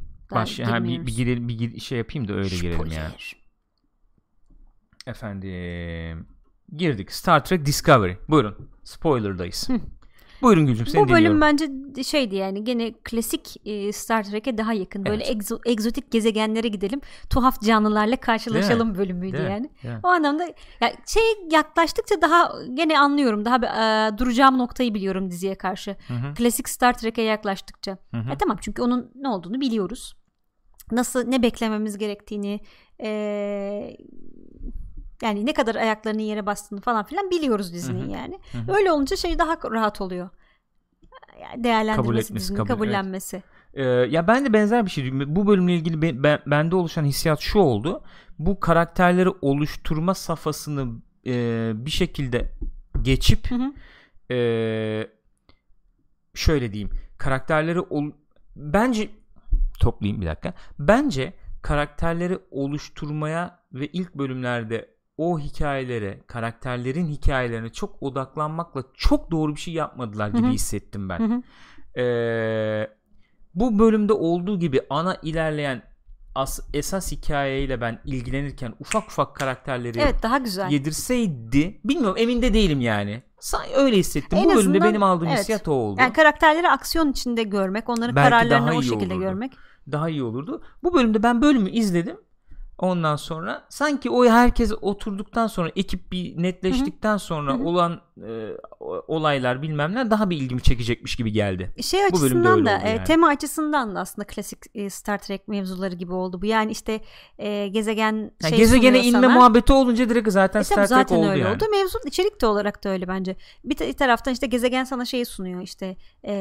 Bir şey yapayım da öyle girelim yani. Efendim girdik. Star Trek Discovery. Buyurun. Spoiler'dayız. Buyurun Gülcüm, seni dinliyorum. Bu bölüm dinliyorum. bence şeydi yani, gene klasik Star Trek'e daha yakın. Böyle egzotik gezegenlere gidelim. Tuhaf canlılarla karşılaşalım bölümüydü yani. O anlamda ya, yaklaştıkça daha gene anlıyorum. Daha duracağım noktayı biliyorum diziye karşı. Hı-hı. Klasik Star Trek'e yaklaştıkça. Tamam, çünkü onun ne olduğunu biliyoruz. Ne beklememiz gerektiğini, yani ne kadar ayaklarının yere bastığını falan filan biliyoruz dizinin yani. Hı-hı. Öyle olunca daha rahat oluyor. Yani değerlendirmesi, dizinin kabullenmesi. Evet. Ya ben de benzer bir şey diyeyim. Bu bölümle ilgili bende oluşan hissiyat şu oldu. Bu karakterleri oluşturma safhasını bir şekilde geçip şöyle diyeyim. Karakterleri bence toplayayım bir dakika. Bence karakterleri oluşturmaya ve ilk bölümlerde o hikayelere, karakterlerin hikayelerine çok odaklanmakla çok doğru bir şey yapmadılar gibi hissettim ben. Bu bölümde olduğu gibi ana ilerleyen esas hikayeyle ben ilgilenirken ufak ufak karakterleri daha güzel yedirseydi, bilmiyorum, emin de değilim yani. Öyle hissettim. Bu bölümde benim aldığım hissiyat o oldu. Yani karakterleri aksiyon içinde görmek, onların belki kararlarını o şekilde görmek daha iyi olurdu. Bu bölümde ben bölümü izledim. Ondan sonra sanki herkes oturduktan sonra, ekip bir netleştikten sonra olan olaylar bilmemler daha bir ilgimi çekecekmiş gibi geldi. Bu açısından da yani. Tema açısından da aslında klasik Star Trek mevzuları gibi oldu bu. Yani işte gezegene inme muhabbeti olunca direkt zaten Star Trek oldu öyle yani. Oldu. Mevzu içerik de olarak da öyle bence. Bir taraftan işte gezegen sana sunuyor, işte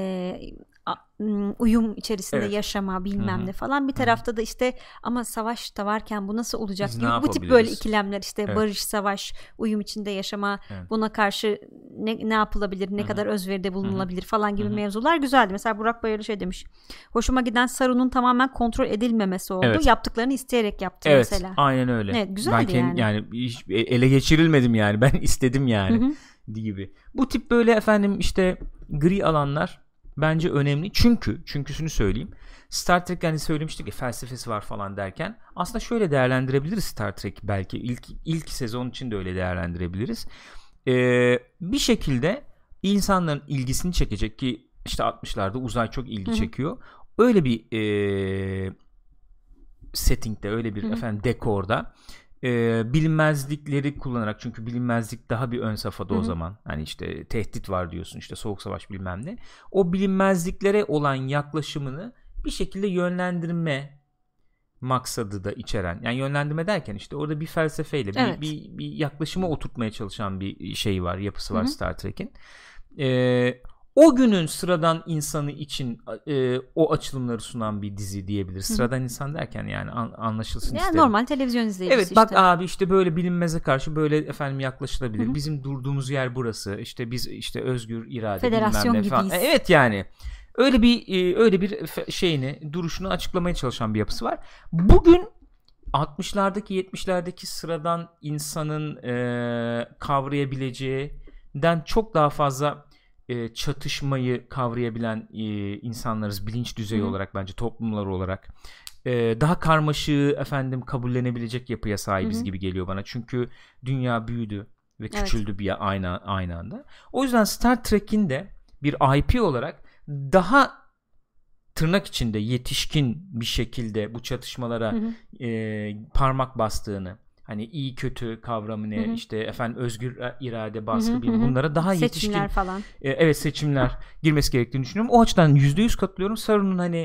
uyum içerisinde yaşama bilmem ne falan. Bir tarafta da işte ama savaş da varken bu nasıl olacak gibi bu tip böyle ikilemler, işte barış, savaş, uyum içinde yaşama, buna karşı ne yapılabilir, ne kadar özveride bulunulabilir falan gibi mevzular güzeldi. Mesela Burak Bayırlı demiş. Hoşuma giden Saru'nun tamamen kontrol edilmemesi oldu. Yaptıklarını isteyerek yaptı mesela. Evet, aynen öyle. Evet, güzeldi yani hiç ele geçirilmedim yani. Ben istedim yani gibi. Bu tip böyle işte gri alanlar bence önemli. Çünküsünü söyleyeyim. Star Trek, yani söylemiştik ya, felsefesi var falan derken, aslında şöyle değerlendirebiliriz Star Trek, belki ilk sezon için de öyle değerlendirebiliriz. Bir şekilde insanların ilgisini çekecek, ki işte 60'larda uzay çok ilgi çekiyor. Öyle bir settingde, öyle bir dekorda bilinmezlikleri kullanarak, çünkü bilinmezlik daha bir ön safhada o zaman. Hani işte tehdit var diyorsun, işte soğuk savaş bilmem ne. O bilinmezliklere olan yaklaşımını bir şekilde yönlendirme maksadı da içeren. Yani yönlendirme derken işte orada bir felsefeyle bir yaklaşıma oturtmaya çalışan bir şey var, yapısı var Star Trek'in. O günün sıradan insanı için o açılımları sunan bir dizi diyebiliriz. Sıradan insan derken yani anlaşılsın isterim. Normal televizyon izleyicisi. Evet, bak abi, işte böyle bilinmeze karşı böyle yaklaşılabilir. Bizim durduğumuz yer burası. İşte biz işte özgür irade, federasyon bilmem ne falan. gibiyiz. Evet yani. Öyle bir şeyini, duruşunu açıklamaya çalışan bir yapısı var. Bugün 60'lardaki 70'lerdeki sıradan insanın kavrayabileceğinden çok daha fazla çatışmayı kavrayabilen insanlarız bilinç düzeyi olarak, bence toplumlar olarak. Daha karmaşığı kabullenebilecek yapıya sahibiz gibi geliyor bana. Çünkü dünya büyüdü ve küçüldü bir aynı anda. O yüzden Star Trek'in de bir IP olarak daha tırnak içinde yetişkin bir şekilde bu çatışmalara parmak bastığını, hani iyi kötü kavramı ne, işte özgür irade, baskı, bunlara daha yetişkin seçimler falan. Seçimler girmesi gerektiğini düşünüyorum. O açıdan %100 katılıyorum. Saru'nun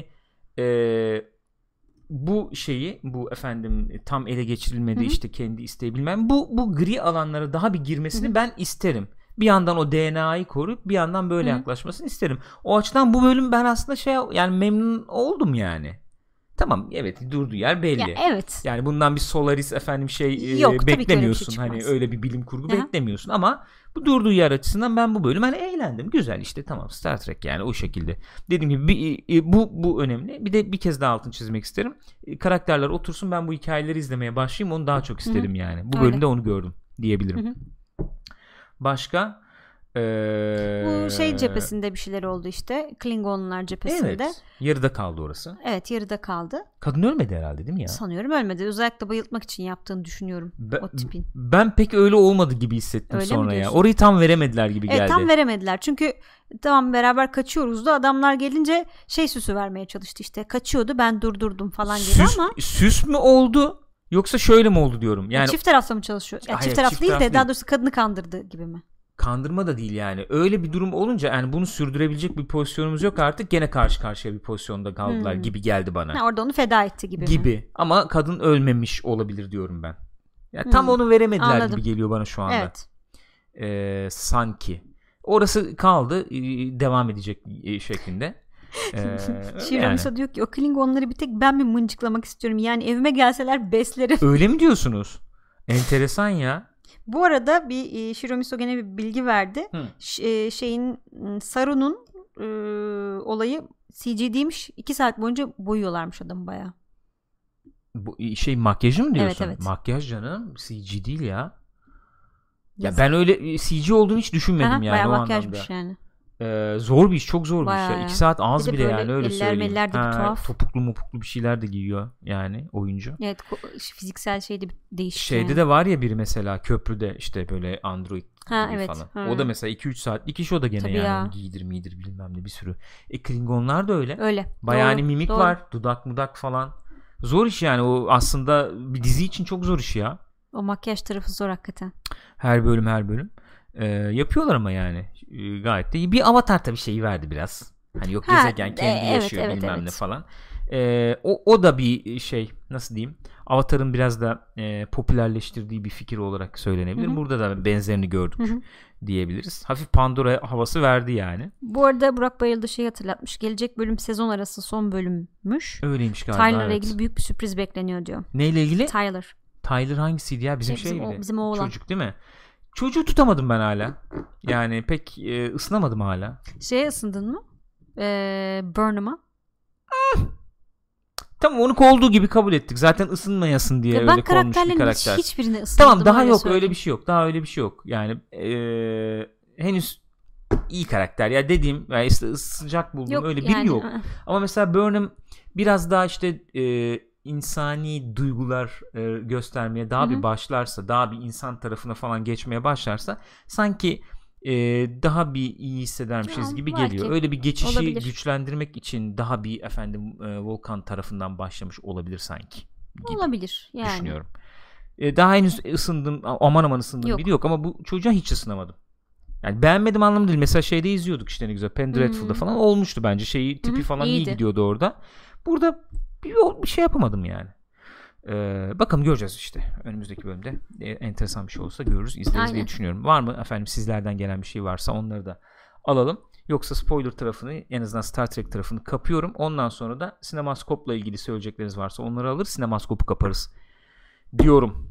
bu şeyi, bu tam ele geçirilmedi, işte kendi isteği bilmem, bu gri alanlara daha bir girmesini ben isterim. Bir yandan o DNA'yı koruyup bir yandan böyle yaklaşmasını isterim. O açıdan bu bölüm ben aslında yani memnun oldum yani. Tamam, evet, durduğu yer belli. Ya, evet. Yani bundan bir Solaris yok, beklemiyorsun. Öyle hani öyle bir bilim kurgu beklemiyorsun ama bu durduğu yer açısından ben bu bölüm eğlendim. Güzel, işte tamam, Star Trek yani o şekilde. Dediğim gibi bu önemli. Bir de bir kez daha altını çizmek isterim. Karakterler otursun, ben bu hikayeleri izlemeye başlayayım, onu daha çok isterim yani. Bu bölümde onu gördüm diyebilirim. Başka Bu şey cephesinde bir şeyler oldu işte. Klingonlar cephesinde. Evet. Yarıda kaldı orası. Evet, yarıda kaldı. Kadın ölmedi herhalde değil mi ya? Sanıyorum ölmedi. Özellikle bayıltmak için yaptığını düşünüyorum o tipin. Ben pek öyle olmadı gibi hissettim öyle sonra ya. Orayı tam veremediler gibi geldi. Evet, tam veremediler. Çünkü tamam beraber kaçıyoruz da adamlar gelince şey süsü vermeye çalıştı işte. Kaçıyordu, ben durdurdum falan gibi ama. Süs mü oldu? Yoksa şöyle mi oldu diyorum. Yani çift taraflı mı çalışıyor? Ya hayır, çift taraflı değil de daha doğrusu kadını kandırdı gibi mi? Kandırma da değil yani. Öyle bir durum olunca yani bunu sürdürebilecek bir pozisyonumuz yok artık. Gene karşı karşıya bir pozisyonda kaldılar gibi geldi bana. Ha, orada onu feda etti gibi mi? Ama kadın ölmemiş olabilir diyorum ben. Ya tam onu veremediler Anladım. gibi geliyor bana şu anda. Evet. Sanki. Orası kaldı. Devam edecek şeklinde. Şiramisa diyor ki o Klingonları bir tek ben mi mıncıklamak istiyorum? Yani evime gelseler beslerim. Öyle mi diyorsunuz? Enteresan ya. Bu arada bir Shiramiso gene bir bilgi verdi. Saru'nun olayı CG'deymiş. 2 saat boyunca boyuyorlarmış adamı bayağı. Bu makyajı mı diyorsun? Evet. Makyaj canım. CG değil ya. Ya ben öyle CG olduğunu hiç düşünmedim yani bayağı o makyajmış anlamda. Yani. Zor bir iş, çok zor bir iş ya. 2 saat az bile yani öyle söyleyeyim. Topuklu mupuklu bir şeyler de giyiyor yani oyuncu. Evet, fiziksel şeyde değişik. Şeyde de var ya biri mesela köprüde işte böyle android evet. falan. O da mesela 2-3 saatlik iş, o da gene tabii yani ya. giydir bilmem ne bir sürü. Klingonlar da öyle. Öyle. Bayağı hani mimik var, dudak falan. Zor iş yani, o aslında bir dizi için çok zor iş ya. O makyaj tarafı zor hakikaten. Her bölüm. Yapıyorlar ama yani gayet de iyi. Bir Avatar tabii şeyi verdi biraz. Hani yok gezegen kendi yaşıyor bilmem ne falan. O da bir şey, nasıl diyeyim, Avatar'ın biraz da popülerleştirdiği bir fikir olarak söylenebilir. Hı-hı. Burada da benzerini gördük. Hı-hı. Diyebiliriz. Hafif Pandora havası verdi yani. Bu arada Burak Bayıldı şeyi hatırlatmış. Gelecek bölüm sezon arası son bölümmüş. Öyleymiş galiba. Tyler'la ilgili büyük bir sürpriz bekleniyor diyor. Neyle ilgili? Tyler hangisiydi ya? Bizim oğlan. Çocuk değil mi? Çocuğu tutamadım ben hala. Yani pek ısınamadım hala. Şeye ısındın mı? Burnham'a. Tamam, onu olduğu gibi kabul ettik. Zaten ısınmayasın diye öyle konmuş bir karakter. Ben karakterlerin hiçbirine ısınmadım. Tamam, daha yok söyleyeyim. Öyle bir şey yok. Yani henüz iyi karakter. Ya dediğim yani işte sıcak buldum yok, öyle biri yani, yok. Ama mesela Burnham biraz daha işte insani duygular göstermeye daha bir başlarsa, daha bir insan tarafına falan geçmeye başlarsa sanki daha bir iyi hissedermişiz gibi geliyor. Öyle bir geçişi olabilir. Güçlendirmek için daha bir Volkan tarafından başlamış olabilir sanki. Gibi olabilir yani. Düşünüyorum. Daha henüz ısındım, aman ısındım biri yok ama bu çocuğa hiç ısınamadım. Yani beğenmedim anlamı değil. Mesela şeyde izliyorduk işte, ne güzel. Penny Dreadful'da falan olmuştu bence. Tipi falan iyi gidiyordu orada. Burada bir şey yapamadım yani. Bakalım, göreceğiz işte. Önümüzdeki bölümde enteresan bir şey olsa görürüz, izleriz diye düşünüyorum. Var mı efendim sizlerden gelen bir şey varsa onları da alalım. Yoksa spoiler tarafını, en azından Star Trek tarafını kapıyorum. Ondan sonra da Sinemaskop'la ilgili söyleyecekleriniz varsa onları alır, Sinemaskop'u kaparız diyorum.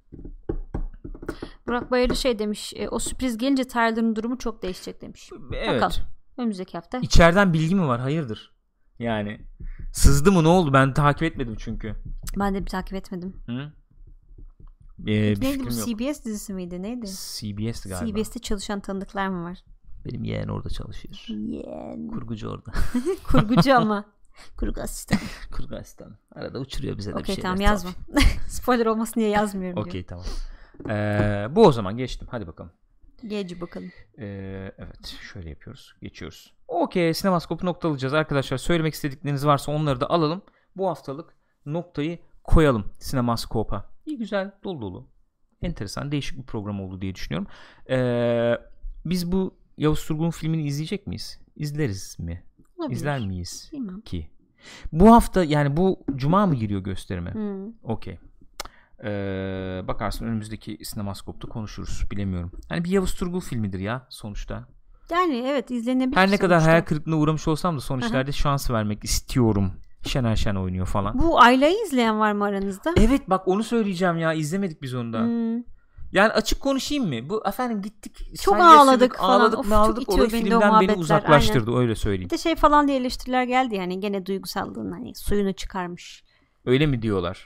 Burak Bayırlı şey demiş, o sürpriz gelince Tyler'ın durumu çok değişecek demiş. Evet. Bakalım. Önümüzdeki hafta. İçeriden bilgi mi var? Hayırdır? Yani sızdı mı, ne oldu? Ben takip etmedim çünkü. Ben de bir takip etmedim. Hı? Neydi bu? CBS dizisi miydi? Neydi? CBS'ti galiba. CBS'te çalışan tanıdıklar mı var? Benim yeğen orada çalışıyor. Yeğen. Kurgucu orada. Kurgucu ama. Kurgu asistan. Kurgu asistan. Arada uçuruyor bize de bir şeyler. Okey, tamam, yazma. Spoiler olmasın diye yazmıyorum diyor. Okey, tamam. Bu o zaman geçtim. Hadi bakalım. Geç bakalım. Evet, şöyle yapıyoruz. Geçiyoruz. Okey, Sinemaskop'u noktalayacağız arkadaşlar. Söylemek istedikleriniz varsa onları da alalım. Bu haftalık noktayı koyalım Sinemaskop'a. İyi, güzel, dolu. Enteresan, değişik bir program oldu diye düşünüyorum. Biz bu Yavuz Turgul'un filmini izleyecek miyiz? İzleriz mi? Olabilir. İzler miyiz? Bilmem. Ki bu hafta, yani bu cuma mı giriyor gösterime? Okey. Bakarsın önümüzdeki Sinemaskop'ta konuşuruz. Bilemiyorum. Yani bir Yavuz Turgul filmidir ya sonuçta. Yani evet, izlenebilir. Her ne kadar hayal kırıklığına uğramış olsam da sonuçlarda şans vermek istiyorum. Şener Şen oynuyor falan. Bu Ayla'yı izleyen var mı aranızda? Evet, bak onu söyleyeceğim ya. İzlemedik biz onu da. Yani açık konuşayım mı? Bu efendim gittik. Çok ağladık falan. Ağladık. Olay filmden beni uzaklaştırdı. Aynen. Öyle söyleyeyim. Bir de şey falan diye eleştiriler geldi yani. Gene duygusallığın hani suyunu çıkarmış. Öyle mi diyorlar?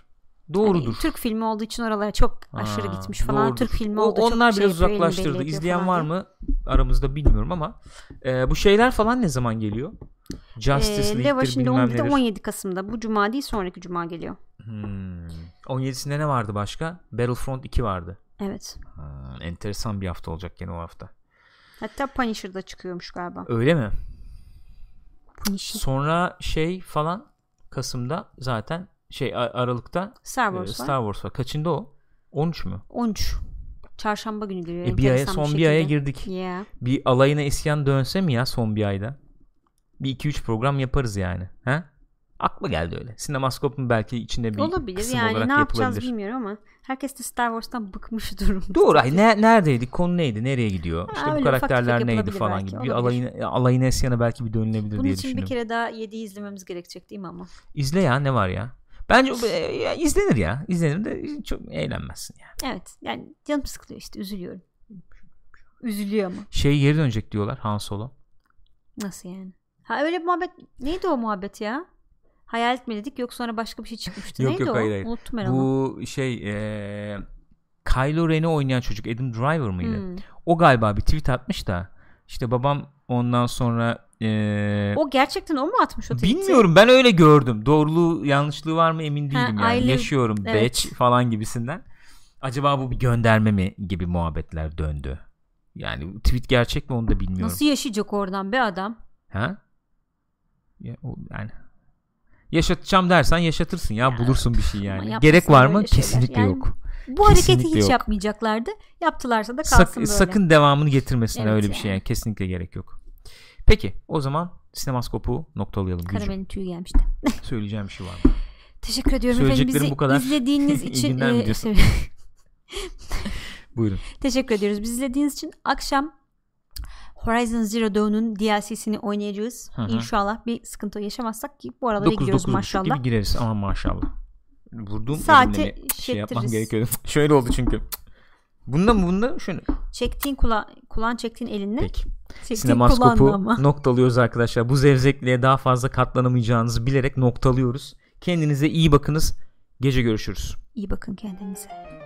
Doğrudur. Hani Türk filmi olduğu için oralara çok aşırı gitmiş falan. Doğrudur. Türk filmi olduğu onlar çok biraz uzaklaştırdı. İzleyen var mı aramızda bilmiyorum ama bu şeyler falan ne zaman geliyor? Justice League'dir şimdi bilmem nedir. 17 Kasım'da. Bu cuma değil, sonraki cuma geliyor. 17'sinde ne vardı başka? Battlefront 2 vardı. Evet. Enteresan bir hafta olacak gene o hafta. Hatta Punisher'da çıkıyormuş galiba. Öyle mi? Punisher. Sonra falan Kasım'da zaten Aralık'ta Star Wars var. Kaçında o? 13 mü? 13. Çarşamba günü giriyor. Bir aya girdik. Yeah. Bir alayına isyan dönse mi ya son bir ayda? Bir 2-3 program yaparız yani. He? Aklı geldi öyle. Sinemaskop'un belki içinde bir olabilir kısım yani, olarak ne yapacağız yapılabilir. Bilmiyorum ama herkes de Star Wars'tan bıkmış durumda. Doğru. Neredeydik? Konu neydi? Nereye gidiyor? İşte bu karakterler neydi falan belki, gibi. Bir alayına isyana belki bir dönülebilir bunun diye için düşündüm. bir kere daha 7'yi izlememiz gerekecek değil mi ama? İzle ya, ne var ya? Bence izlenir ya. İzlenir de çok eğlenmezsin yani. Evet. Yani canım sıkılıyor işte. Üzülüyorum. Üzülüyor ama. Geri dönecek diyorlar, Han Solo. Nasıl yani? Ha, öyle bir muhabbet. Neydi o muhabbet ya? Hayal etmedik, yok sonra başka bir şey çıkmıştı. Yok, neydi o? Hayır. Unuttum ben Bu onu. Kylo Ren'i oynayan çocuk Adam Driver mıydı? O galiba bir tweet atmış da işte babam ondan sonra o gerçekten o mu atmış o tweet'i? Bilmiyorum, ben öyle gördüm. Doğruluğu yanlışlığı var mı emin değilim yani. Yaşıyorum evet. Batch falan gibisinden. Acaba bu bir gönderme mi gibi muhabbetler döndü. Yani tweet gerçek mi onu da bilmiyorum. Nasıl yaşayacak oradan be adam? Ha? Yani yaşatacağım dersen yaşatırsın ya, bulursun bir şey yani. Gerek var mı? Kesinlikle yani, yok. Bu hareketi hiç yapmayacaklardı. Yaptılarsa da kalsın böyle. Sakın devamını getirmesin, evet öyle bir şey yani. Kesinlikle gerek yok. Peki o zaman Sinemaskop'u noktalayalım. Karamel'in tüyü gelmişti. Söyleyeceğim bir şey var mı? Teşekkür ediyorum efendim. Bizi bu kadar. izlediğiniz için Buyurun. Teşekkür ediyoruz. Bizi izlediğiniz için. Akşam Horizon Zero Dawn'un DLC'sini oynayacağız. Hı-hı. İnşallah bir sıkıntı yaşamazsak ki bu aralara gidiyoruz maşallah. 9 gibi gireriz ama maşallah. Vurdum. Saati yapmam gerekiyor. Şöyle oldu çünkü. Bunda şunu. Çektiğin kulağın çektiğin elinle. Peki. Sinemaskop'u noktalıyoruz arkadaşlar. Bu zevzekliğe daha fazla katlanamayacağınızı bilerek noktalıyoruz. Kendinize iyi bakınız. Gece görüşürüz. İyi bakın kendinize.